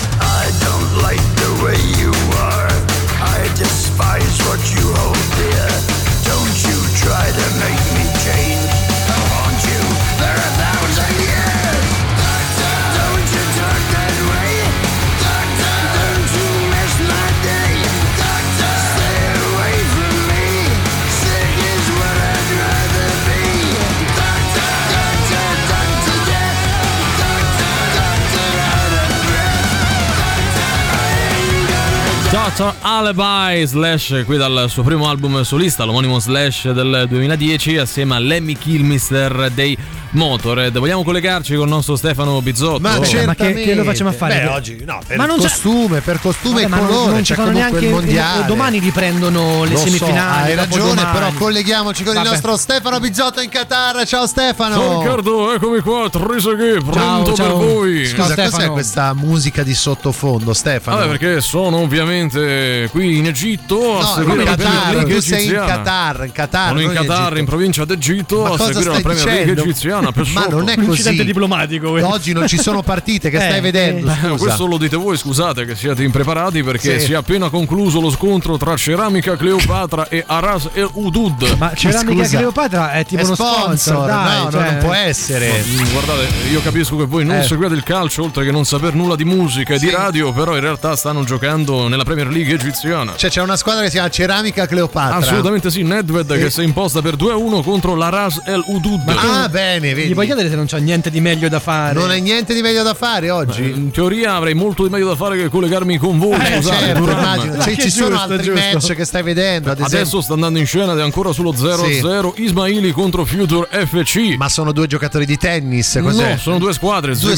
I don't like the way you are. I despise what you hold dear. Don't you try to make me change. I want you for 1,000 years. Doctor, don't you talk that way. Doctor, don't you miss my day. Doctor, stay away from me. Sick is what I'd rather be. Doctor, doctor, doctor, death. Doctor, doctor, out of breath. Doctor, I ain't gonna die. Dr. Alibi Slash qui dal suo primo album solista, l'omonimo Slash del 2010, assieme a Lemmy Kilmister dei Motorhead. Vogliamo collegarci con il nostro Stefano Bizzotto? Ma che lo facciamo a fare? Beh, oggi no, per ma non costume e ma colore, non c'è ci fanno comunque neanche il mondiale. Domani riprendono le Lo semifinali. hai ragione, dopodomani. però colleghiamoci con il nostro Stefano Bizzotto in Qatar. Ciao Stefano. Ciao Riccardo, eccomi qua, Triseghi, pronto per voi. Scusa, cos'è questa musica di sottofondo, Stefano? Vabbè, perché sono ovviamente qui in Egitto a seguire la Premier League tu sei in egiziana. Qatar. Sono in Qatar, in provincia d'Egitto, a seguire la Premier League egiziana. Ma non è un così. incidente diplomatico. Oggi non ci sono partite, che stai vedendo? Scusa. Questo lo dite voi, scusate che siete impreparati, perché si è appena concluso lo scontro tra Ceramica Cleopatra e Aras El Udud. Ma Ceramica Cleopatra è tipo uno sponsor, dai, non può essere. Guardate, io capisco che voi non seguite il calcio, oltre che non saper nulla di musica e di radio, però in realtà stanno giocando nella Premier League egiziana. Cioè c'è una squadra che si chiama Ceramica Cleopatra. Assolutamente sì, Nedved che si è imposta per 2-1 contro l'Aras El Udud. Bene, vedi. Gli puoi chiedere se non c'è niente di meglio da fare? Non hai niente di meglio da fare oggi? In teoria avrei molto di meglio da fare che collegarmi con voi. Scusate, certo, immagino. Ci sono altri giusto. match che stai vedendo. Ad esempio. Adesso sta andando in scena ed è ancora sullo 0-0 Ismaili contro Future FC. Ma sono due giocatori di tennis? Cos'è? No, sono due squadre. Due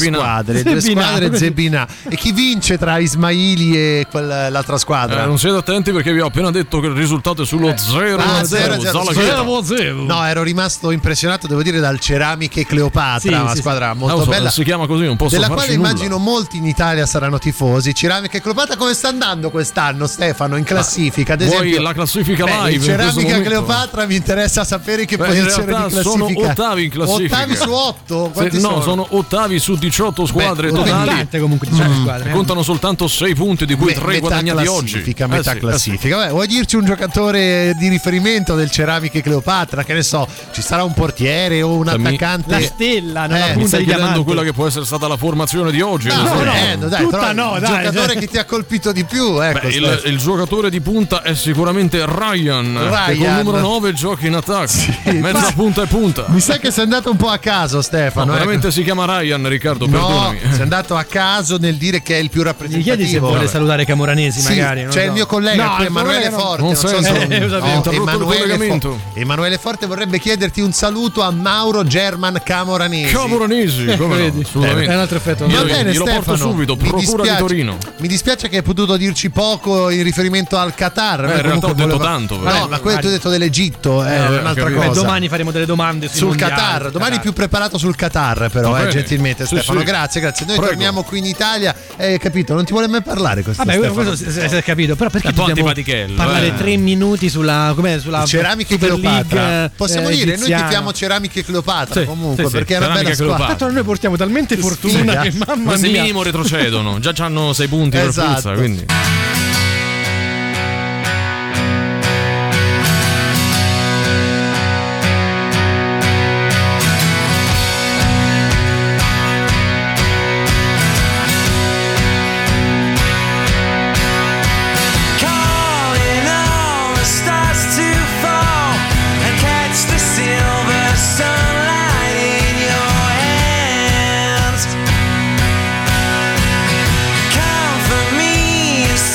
squadre Zebina. E chi vince tra Ismaili e l'altra squadra? Non siete attenti perché vi ho appena detto che il risultato è sullo 0-0. No, ero rimasto impressionato, devo dire, dal Ceramiche Cleopatra, una squadra molto bella. Si chiama così, non posso della farci quale nulla. immagino molti in Italia saranno tifosi. Ceramiche Cleopatra, come sta andando quest'anno, Stefano, in classifica? Ad esempio, vuoi la classifica live? Ceramica Cleopatra mi interessa sapere che posizione di classifica. Sono ottavi in classifica. Ottavi su 8? Sono ottavi su 18 squadre totali. Comunque 18 squadre. Contano soltanto 6 punti, di cui 3 guadagnati oggi. Metà classifica. Vabbè, vuoi dirci un giocatore di riferimento del Ceramiche Cleopatra? Che ne so, ci sarà un portiere o un attaccante? La stella, non la mi punta stai di chiedendo diamante. quella che può essere stata la formazione di oggi? Dai, tutta il giocatore che ti ha colpito di più. Ecco, il giocatore di punta è sicuramente Ryan, che con il numero 9 gioca in attacco. Mezza punta e punta. Mi sa che sei andato un po' a caso, Stefano. Veramente si chiama Ryan, Riccardo, perdonami. Sei andato a caso nel dire che è il più rappresentativo. Gli chiedi se vuole salutare Camoranesi, magari. C'è il mio collega qui, Emanuele Forte. Emanuele Forte vorrebbe chiederti un saluto a Mauro German Camoranesi. Come no? Assolutamente. È un altro effetto. Va bene, glielo Stefano, porto subito, procura di Torino. Mi dispiace che hai potuto dirci poco in riferimento al Qatar. In realtà ho detto tanto. No, ma quello che tu hai detto dell'Egitto è un'altra cosa. Domani faremo delle domande sul Qatar. Domani più preparato sul Qatar, però, gentilmente, Stefano. Grazie. Noi torniamo qui in Italia. Capito? Non ti vuole mai parlare questo. Vabbè, questo si è capito. Però perché dobbiamo parlare 3 minuti sulla Ceramiche Cleopatra? Possiamo dire, noi tifiamo Ceramiche Cleopatra comunque, perché è una bella squadra. Tanto noi portiamo talmente fortuna che mamma mia. Questi minimo retrocedono. Già hanno 6 punti per puzza, quindi. Come for me.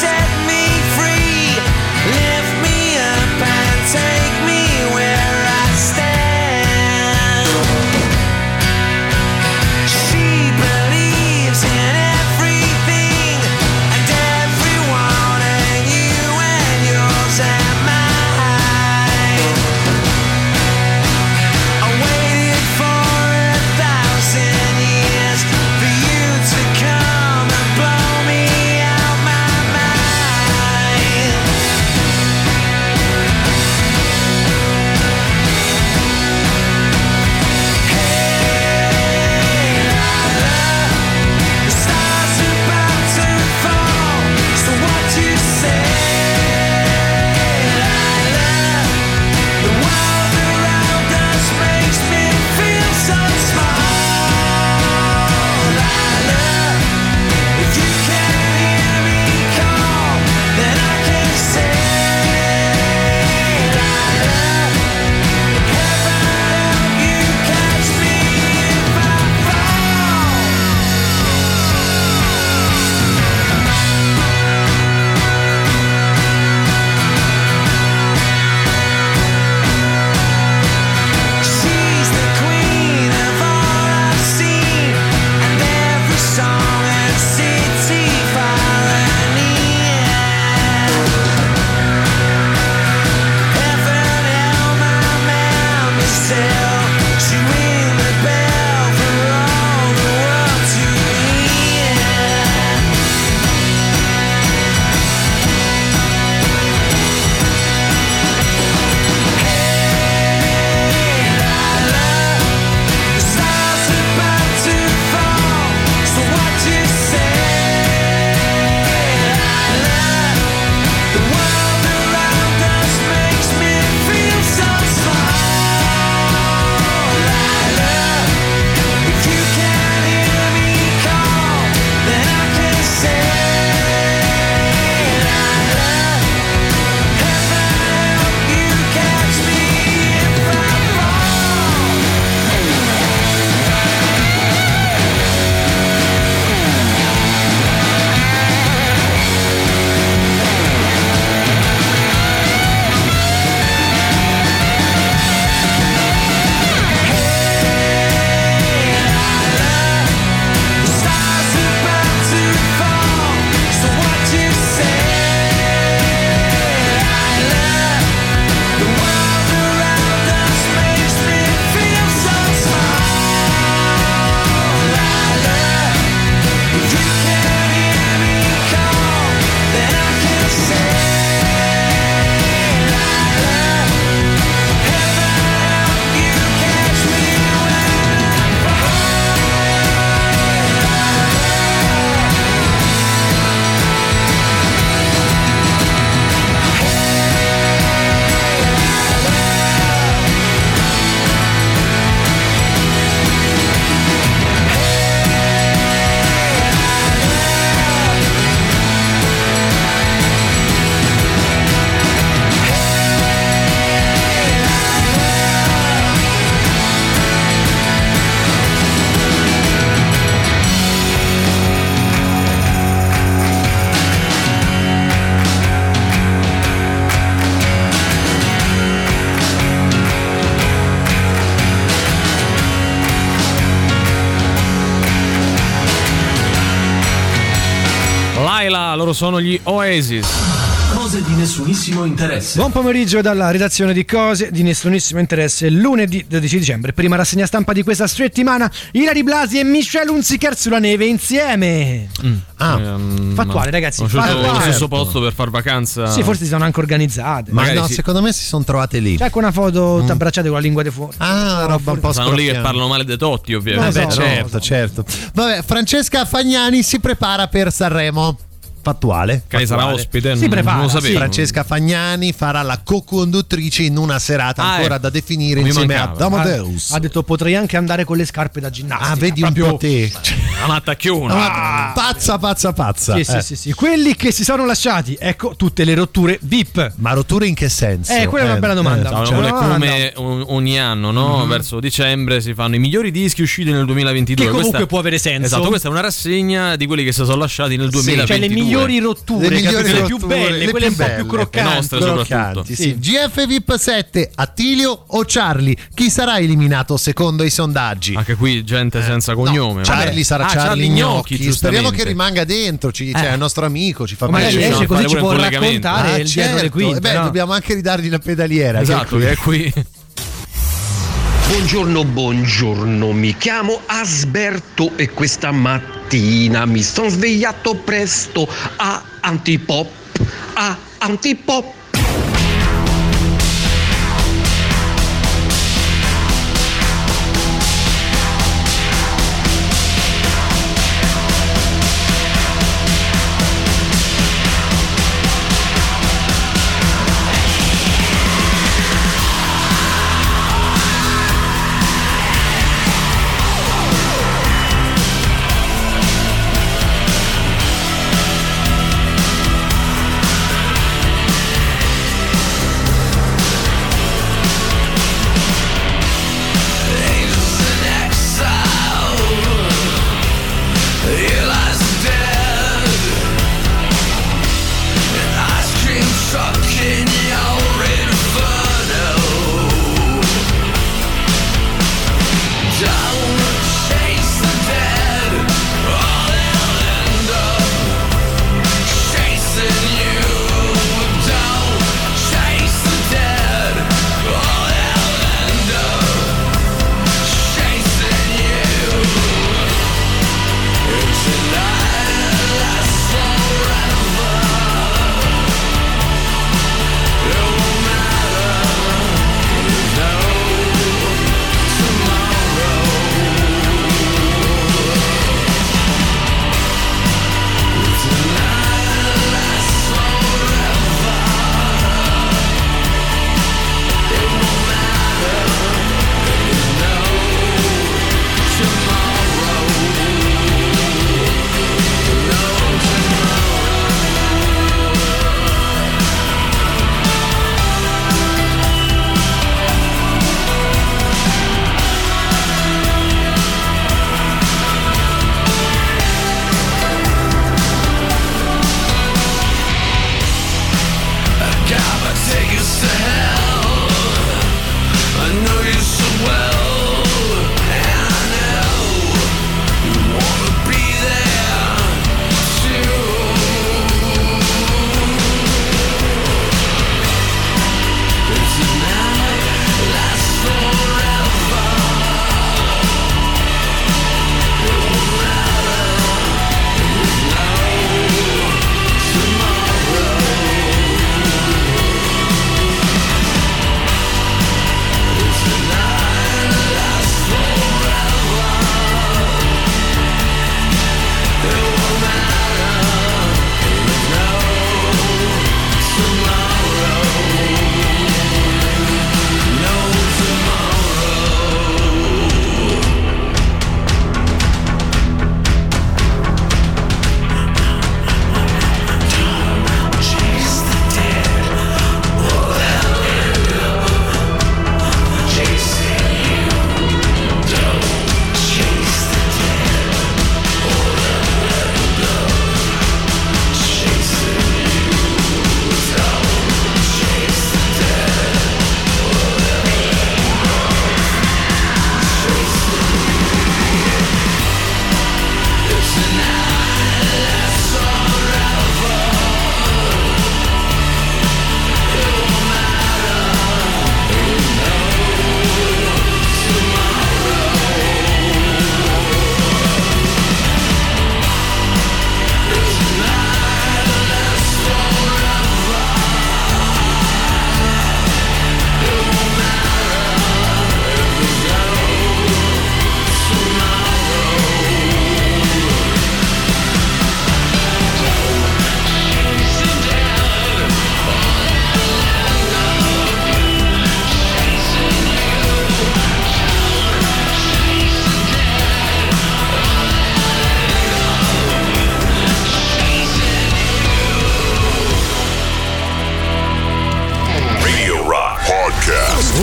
loro sono gli Oasis. Cose di nessunissimo interesse. Buon pomeriggio dalla redazione di Cose di nessunissimo interesse. Lunedì 12 dicembre, prima rassegna stampa di questa settimana. Ilari Blasi e Michelle Hunziker sulla neve insieme. Fattuale, ragazzi. Ho scelto lo stesso posto per far vacanza. Sì, forse si sono anche organizzate. Ma no, secondo me si sono trovate lì. C'è anche una foto abbracciate con la lingua di fuori. Roba un po' stanno lì che parlano male dei Totti, ovviamente. Certo. Vabbè, Francesca Fagnani si prepara per Sanremo. Fattuale. Che sarà ospite, si prepara, non lo sapevo. Francesca Fagnani farà la co-conduttrice in una serata ancora da definire insieme a Amadeus. Ha detto potrei anche andare con le scarpe da ginnastica. Vedi un po' te. Una mattacchiona. Pazza. Sì. Quelli che si sono lasciati, ecco tutte le rotture VIP. Ma rotture in che senso? Quella è una bella domanda. Come ogni anno, no? Verso dicembre si fanno i migliori dischi usciti nel 2022. Che comunque può avere senso. Esatto, questa è una rassegna di quelli che si sono lasciati nel 2022. Cioè le migliori rotture, le più belle, quelle un po' più croccanti. Le nostre soprattutto. Sì. GF VIP 7, Attilio o Charlie? Chi sarà eliminato secondo i sondaggi? Anche qui gente senza cognome. Charlie sarà Charlie Gnocchi. Speriamo che rimanga dentro, è il nostro amico, ci fa piacere. piacere. Così ci può raccontare il dietro le quinte. Dobbiamo anche ridargli la pedaliera. Esatto, che è qui. Buongiorno, mi chiamo Asberto e questa mattina mi sono svegliato presto a Antipop.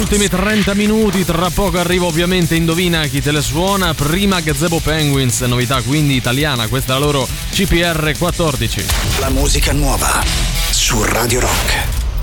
ultimi 30 minuti, tra poco arriva ovviamente Indovina chi te le suona, prima Gazebo Penguins, novità quindi italiana, questa è la loro CPR 14. La musica nuova su Radio Rock.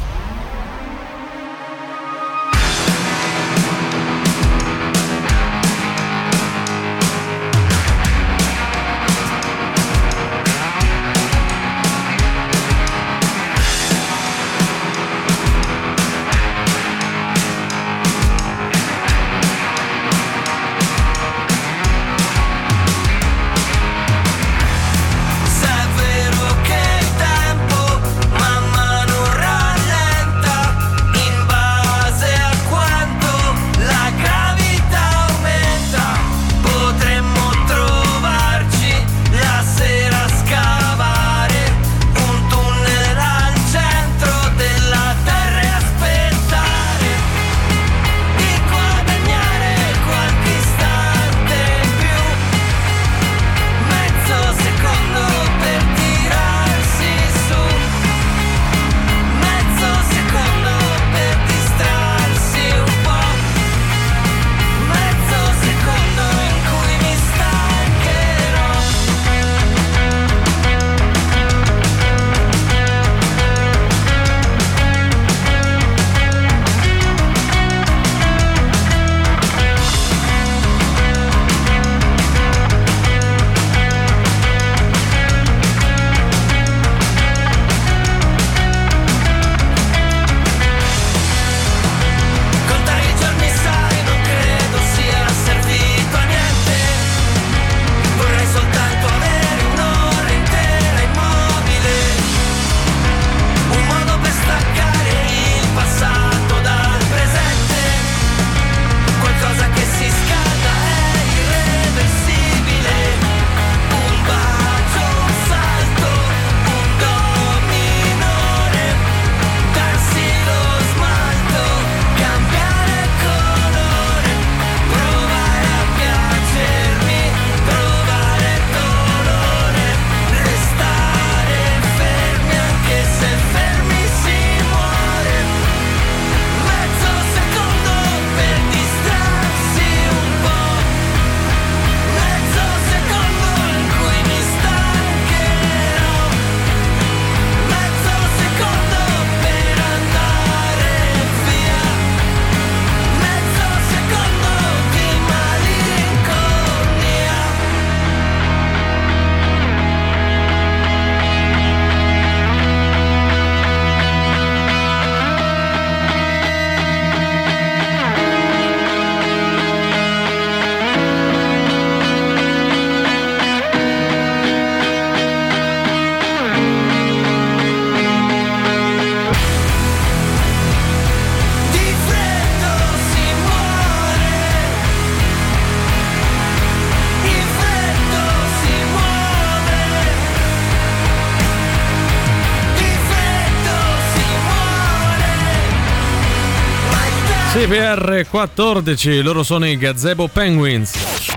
CPR 14, loro sono i Gazebo Penguins.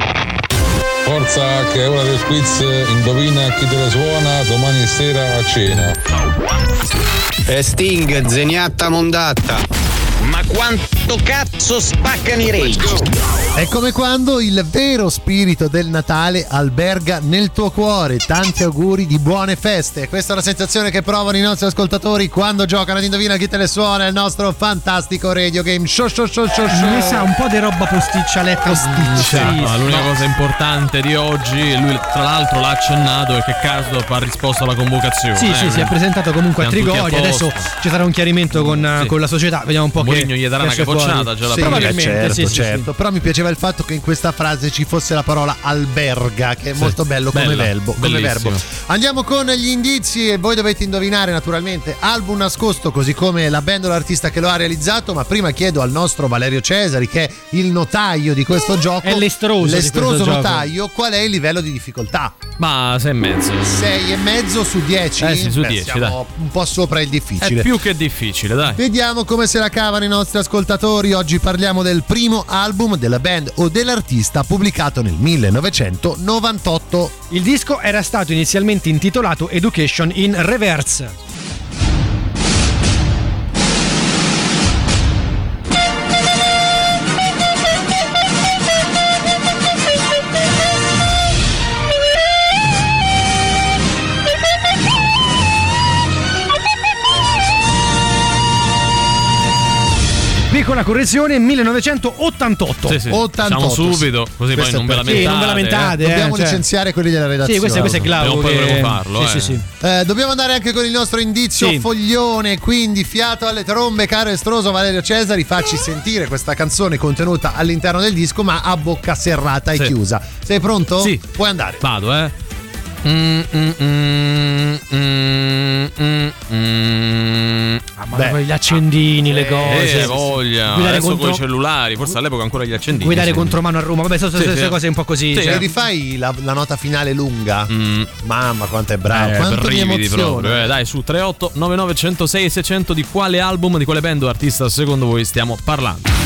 Forza che è ora del quiz, indovina chi te la suona domani sera a cena. Sting, zeniatta mondatta. Ma quanto cazzo spaccano i rage? È come quando il vero spirito del Natale alberga nel tuo cuore. Tanti auguri di buone feste. Questa è una sensazione che provano i nostri ascoltatori quando giocano ad Indovina chi te le suona, il nostro fantastico radio game show. Mi sa un po' di roba posticcia letta. Posticcia. Sì, no, l'unica cosa importante di oggi, lui tra l'altro l'ha accennato, è che Karsdorp ha risposto alla convocazione. Sì, si è presentato comunque a Trigori. Adesso ci sarà un chiarimento con la società. Vediamo un po' Mourinho gli darà una capocciata, già la probabilmente. Certo. Però mi piaceva il fatto che in questa frase ci fosse la parola alberga, che è molto bello come verbo. Andiamo con gli indizi e voi dovete indovinare naturalmente album nascosto, così come la band o l'artista che lo ha realizzato. Ma prima chiedo al nostro Valerio Cesari, che è il notaio di questo gioco, è l'estroso notaio, qual è il livello di difficoltà? Ma 6,5. 6,5 su 10? Sì, su 10, siamo dai. un po' sopra il difficile. È più che difficile, dai. Vediamo come se la cavano i nostri ascoltatori. Oggi parliamo del primo album della band o dell'artista pubblicato nel 1998. Il disco era stato inizialmente intitolato Education in Reverse. con la correzione 1988. Sì, 88. Siamo subito, così questo poi non ve lamentate. Sì, non ve lamentate. Dobbiamo licenziare quelli della redazione. Sì, questo è Glauco. Poi volevo farlo. Sì. Dobbiamo andare anche con il nostro indizio foglione, quindi fiato alle trombe, caro estroso Valerio Cesari, facci sentire questa canzone contenuta all'interno del disco ma a bocca serrata e chiusa. Sei pronto? Sì. Puoi andare. Vado, Beh, gli accendini, le cose. Voglia. Adesso con i cellulari, forse all'epoca ancora gli accendini. Guidare contromano a Roma. Vabbè, sono queste cose un po' così. Sì, cioè. Rifai la nota finale lunga. Mamma, quanto è bravo. Quanto mi emoziona. Dai, su 38 99 106 e 600 di quale album, di quale band o artista secondo voi stiamo parlando?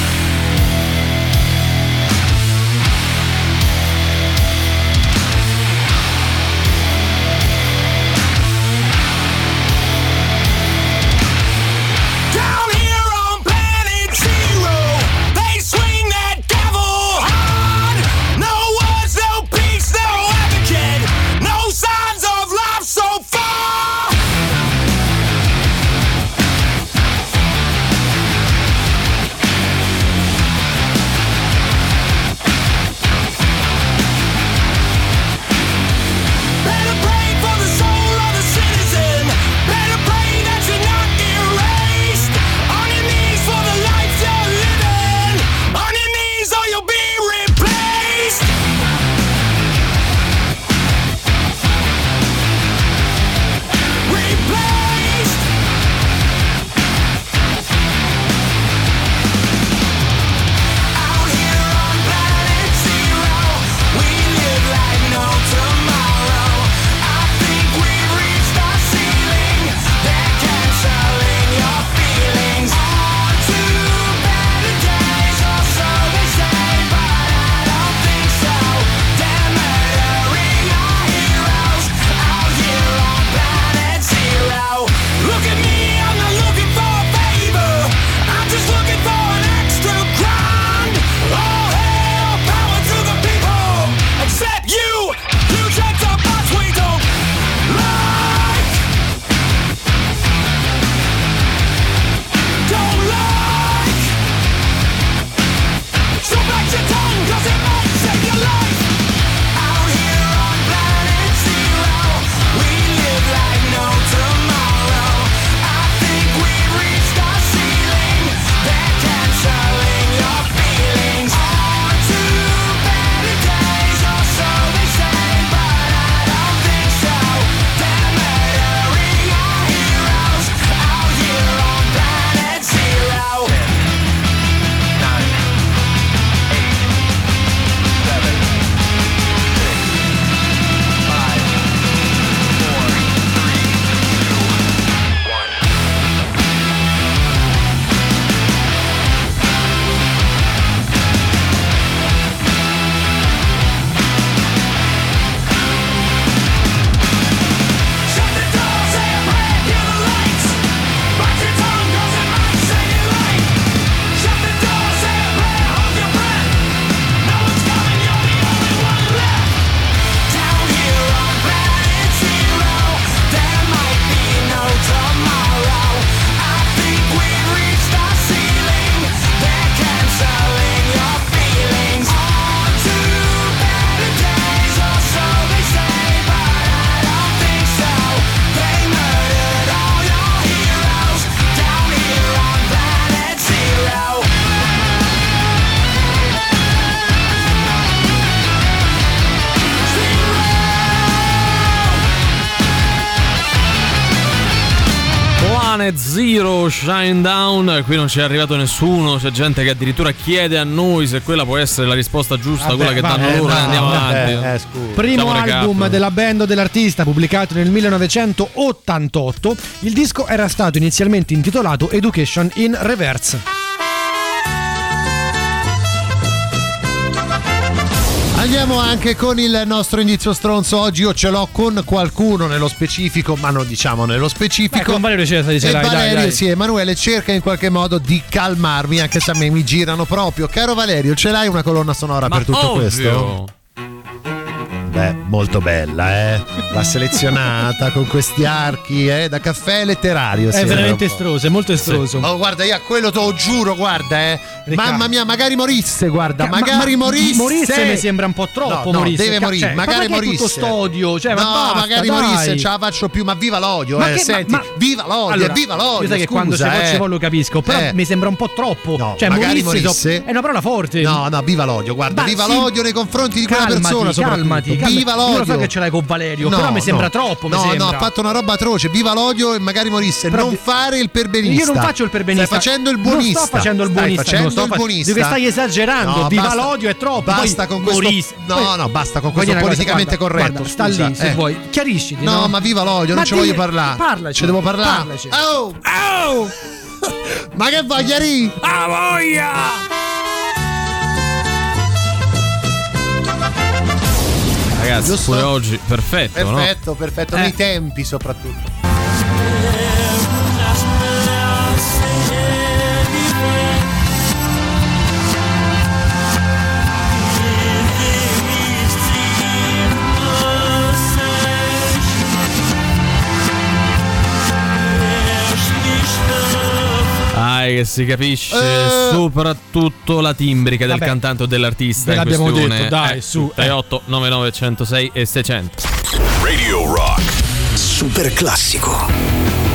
Zero Shine Down. Qui non ci è arrivato nessuno, c'è gente che addirittura chiede a noi se quella può essere la risposta giusta, quella che danno loro. Andiamo avanti. Primo album della band o dell'artista, pubblicato nel 1988. Il disco era stato inizialmente intitolato Education in Reverse. Andiamo anche con il nostro indizio stronzo. Oggi io ce l'ho con qualcuno nello specifico, ma non diciamo nello specifico. Con Valerio Cesari ce l'hai, Valerio, dai. sì, Emanuele cerca in qualche modo di calmarmi, anche se a me mi girano proprio. Caro Valerio, ce l'hai una colonna sonora per tutto ovvio. questo? molto bella, la selezionata con questi archi, da caffè letterario. È veramente estroso, è molto estroso. Sì. Oh, guarda, io a quello te lo giuro, guarda, mamma mia, magari morisse, guarda, magari morisse. Morisse mi sembra un po' troppo. No, morisse. deve morire, magari morisse. Tutto sto odio, cioè, ma basta, magari dai. morisse, ce la faccio più, ma viva l'odio, senti, viva l'odio, allora, viva l'odio. Io sai che quando ci lo capisco, però mi sembra un po' troppo. No, cioè, magari morisse. È una parola forte. No, viva l'odio, guarda, viva l'odio nei confronti di quella persona, calmati. Viva l'odio. Io lo so che ce l'hai con Valerio, però mi sembra troppo. No, ha fatto una roba atroce. Viva l'odio e magari morisse. Però non fare il perbenista. Io non faccio il perbenista. Stai facendo il buonista. Non sto facendo il buonista. Dico che stai esagerando. Viva l'odio è troppo. Basta con questo. Basta con questo politicamente corretto. Sta lì se vuoi. Chiarisciti. No, ma viva l'odio, non ci voglio parlare. Parlaci. Ci devo parlare. Oh! Ma che voglia ri? Ah, voglia! Ragazzi, pure oggi perfetto, perfetto, nei tempi soprattutto. Che si capisce soprattutto la timbrica del cantante o dell'artista in questione. L'abbiamo detto, dai, su 38 99 106 e 600. Radio Rock super classico.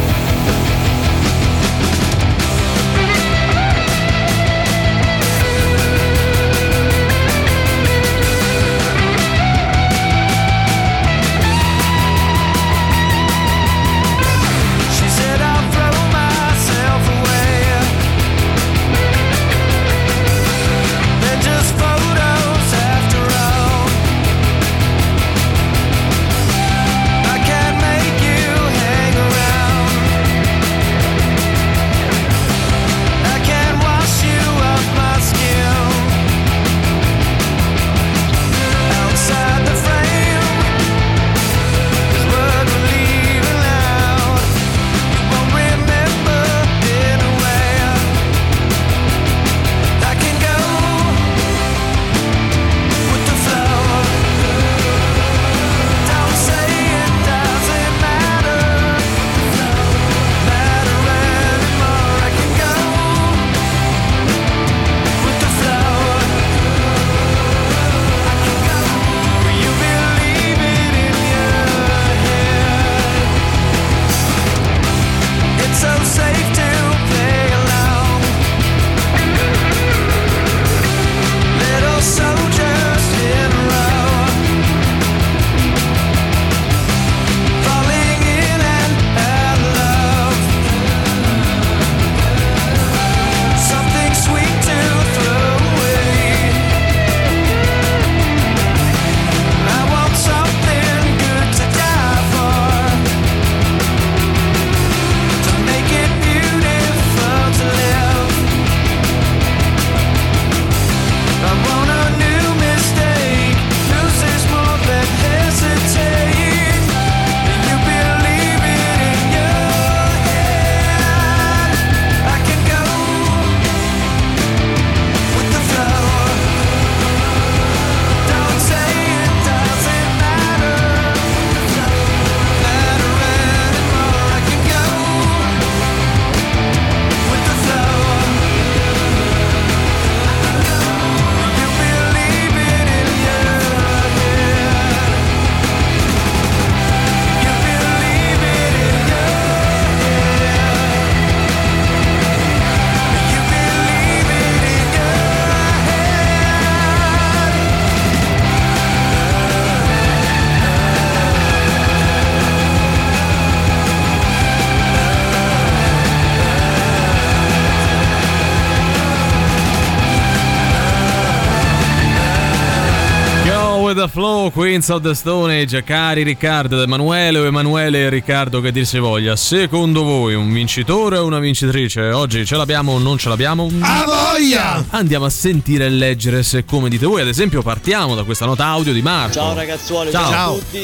The Flow, Queens of the Stone Age. Cari Riccardo ed Emanuele, o Emanuele e Riccardo che dir si voglia, secondo voi un vincitore o una vincitrice? Oggi ce l'abbiamo o non ce l'abbiamo? A voglia! Andiamo a sentire e leggere se come dite voi. Ad esempio partiamo da questa nota audio di Marco. Ciao ragazzuoli, ciao a tutti.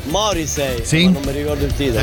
Morrissey, sì? ma non mi ricordo il titolo.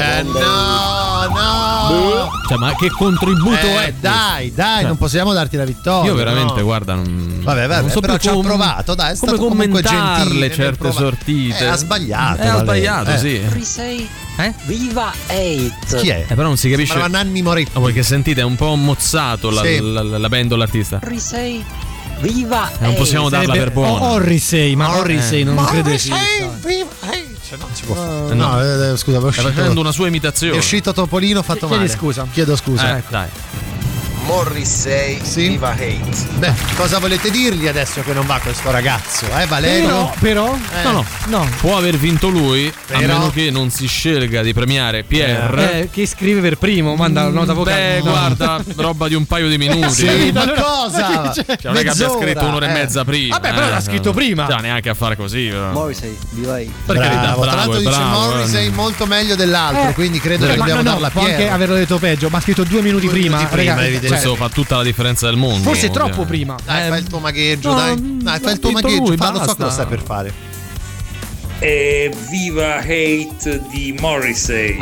No. Cioè, ma che contributo è? Dai, Cioè, non possiamo darti la vittoria. Io veramente, guarda, non... Vabbè, non so però più ci ha provato, dai, è come stato comunque commentarle gentile certe sortite. Ha sbagliato. Ha sbagliato, sì. Morrissey. Viva 8. Chi è? Però non si capisce. Sembrava Nanni Moretti. No, perché sentite, è un po' mozzato la band o l'artista. Morrissey. Viva 8. Non possiamo darla per buona. Morrissey, ma Morrissey non credo sia. Viva 8. Non si può fare. No, scusa, sta facendo una sua imitazione. È uscito Topolino fatto male. Chiedo scusa. Dai. Morrissey, sì? Viva Hate. Beh, cosa volete dirgli adesso che non va questo ragazzo? Valerio? Però no. Può aver vinto lui, a meno che non si scelga di premiare Pierre. Che scrive per primo, manda la nota vocale. Guarda, roba di un paio di minuti. Sì, ma cosa? Cioè, non è che abbia scritto un'ora e mezza prima. Vabbè, però l'ha scritto prima. Cioè, neanche a fare così. Però. Morrissey, Viva 8. Bravo, tra l'altro dice Morrissey molto meglio dell'altro, quindi credo che dobbiamo darla a può Pierre. anche averlo detto peggio, ma ha scritto 2 minuti prima. Questo fa tutta la differenza del mondo. Forse troppo prima. Dai, fai il tuo magheggio, dai, fai il tuo magheggio, lo so che lo sai per fare. E Viva Hate di Morrissey.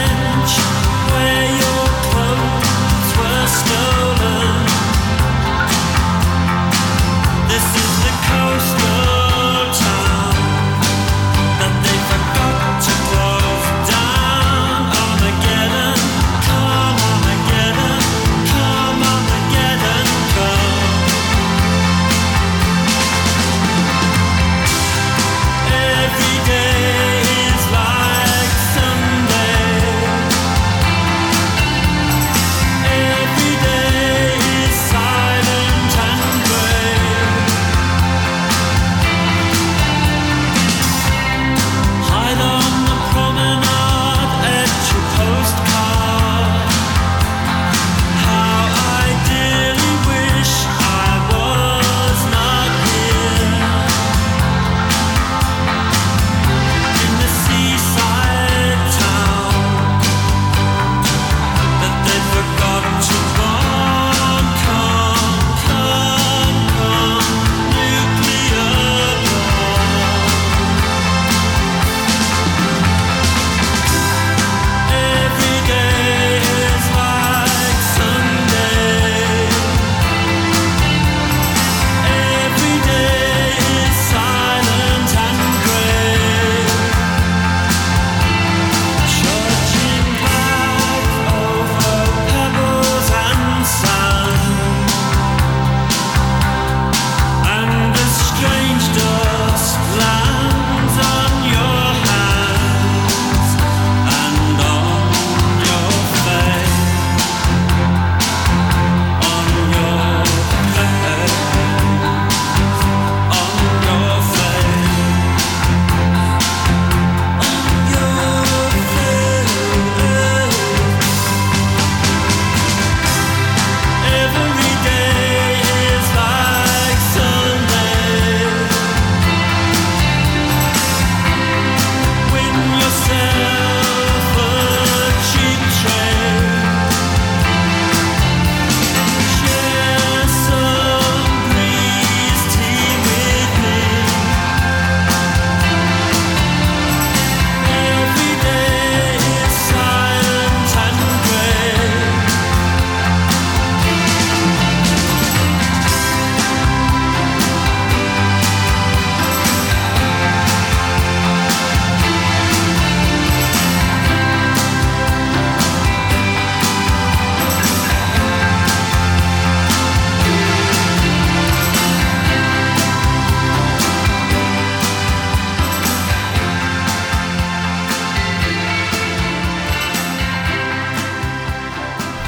Where your clothes were stolen.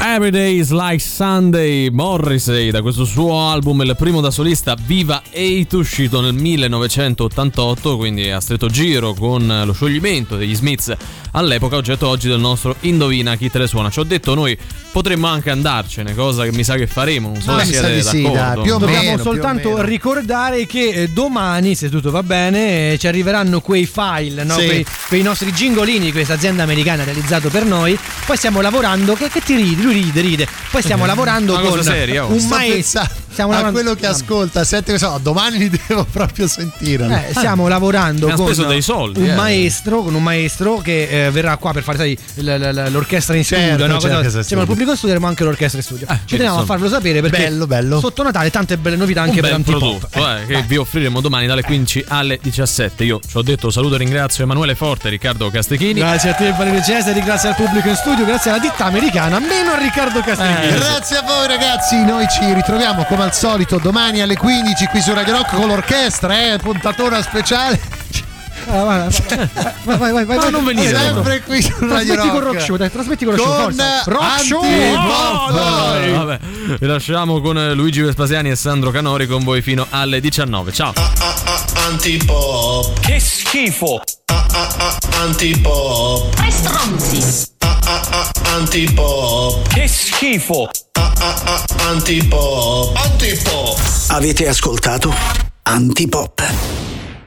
Every Day is Like Sunday, Morrissey, da questo suo album, il primo da solista, Viva Hate, uscito nel 1988, quindi a stretto giro con lo scioglimento degli Smiths all'epoca, oggetto oggi del nostro Indovina chi te le suona. Ci ho detto, noi potremmo anche andarcene, cosa che mi sa che faremo, non so se siete d'accordo. Dobbiamo soltanto ricordare che domani, se tutto va bene, ci arriveranno quei file, no? quei nostri gingolini di questa azienda americana realizzato per noi. Poi stiamo lavorando, che ti ridi? Lui ride. Poi stiamo lavorando con un maestro. A quello che ascolta, senti, domani li devo proprio sentire. Stiamo lavorando con dei soldi, un maestro che verrà qua per fare l'orchestra in studio. Siamo al pubblico studio, avremo anche l'orchestra in studio. Ci teniamo a farvelo sapere perché bello. Sotto Natale tante belle novità anche per Antipop. Che vi offriremo domani dalle 15 alle 17. Io ci ho detto, saluto e ringrazio Emanuele Forte e Riccardo Castechini. Grazie a te Valerio Cesari, grazie al pubblico in studio, grazie alla ditta americana, meno a Riccardo Castechini. Grazie a voi ragazzi, noi ci ritroviamo come al solito domani alle 15 qui su Radio Rock con l'orchestra, puntatona speciale. Vai. Ma non venire. Sempre qui su Radio Rock. Trasmetti con lo show. Forza. Rock Show. Vabbè. Vi lasciamo con Luigi Vespasiani e Sandro Canori con voi fino alle 19. Ciao. Antipop. Che schifo. Antipop. Tre stronzi. Antipop. Che schifo. Antipop. Avete ascoltato Antipop.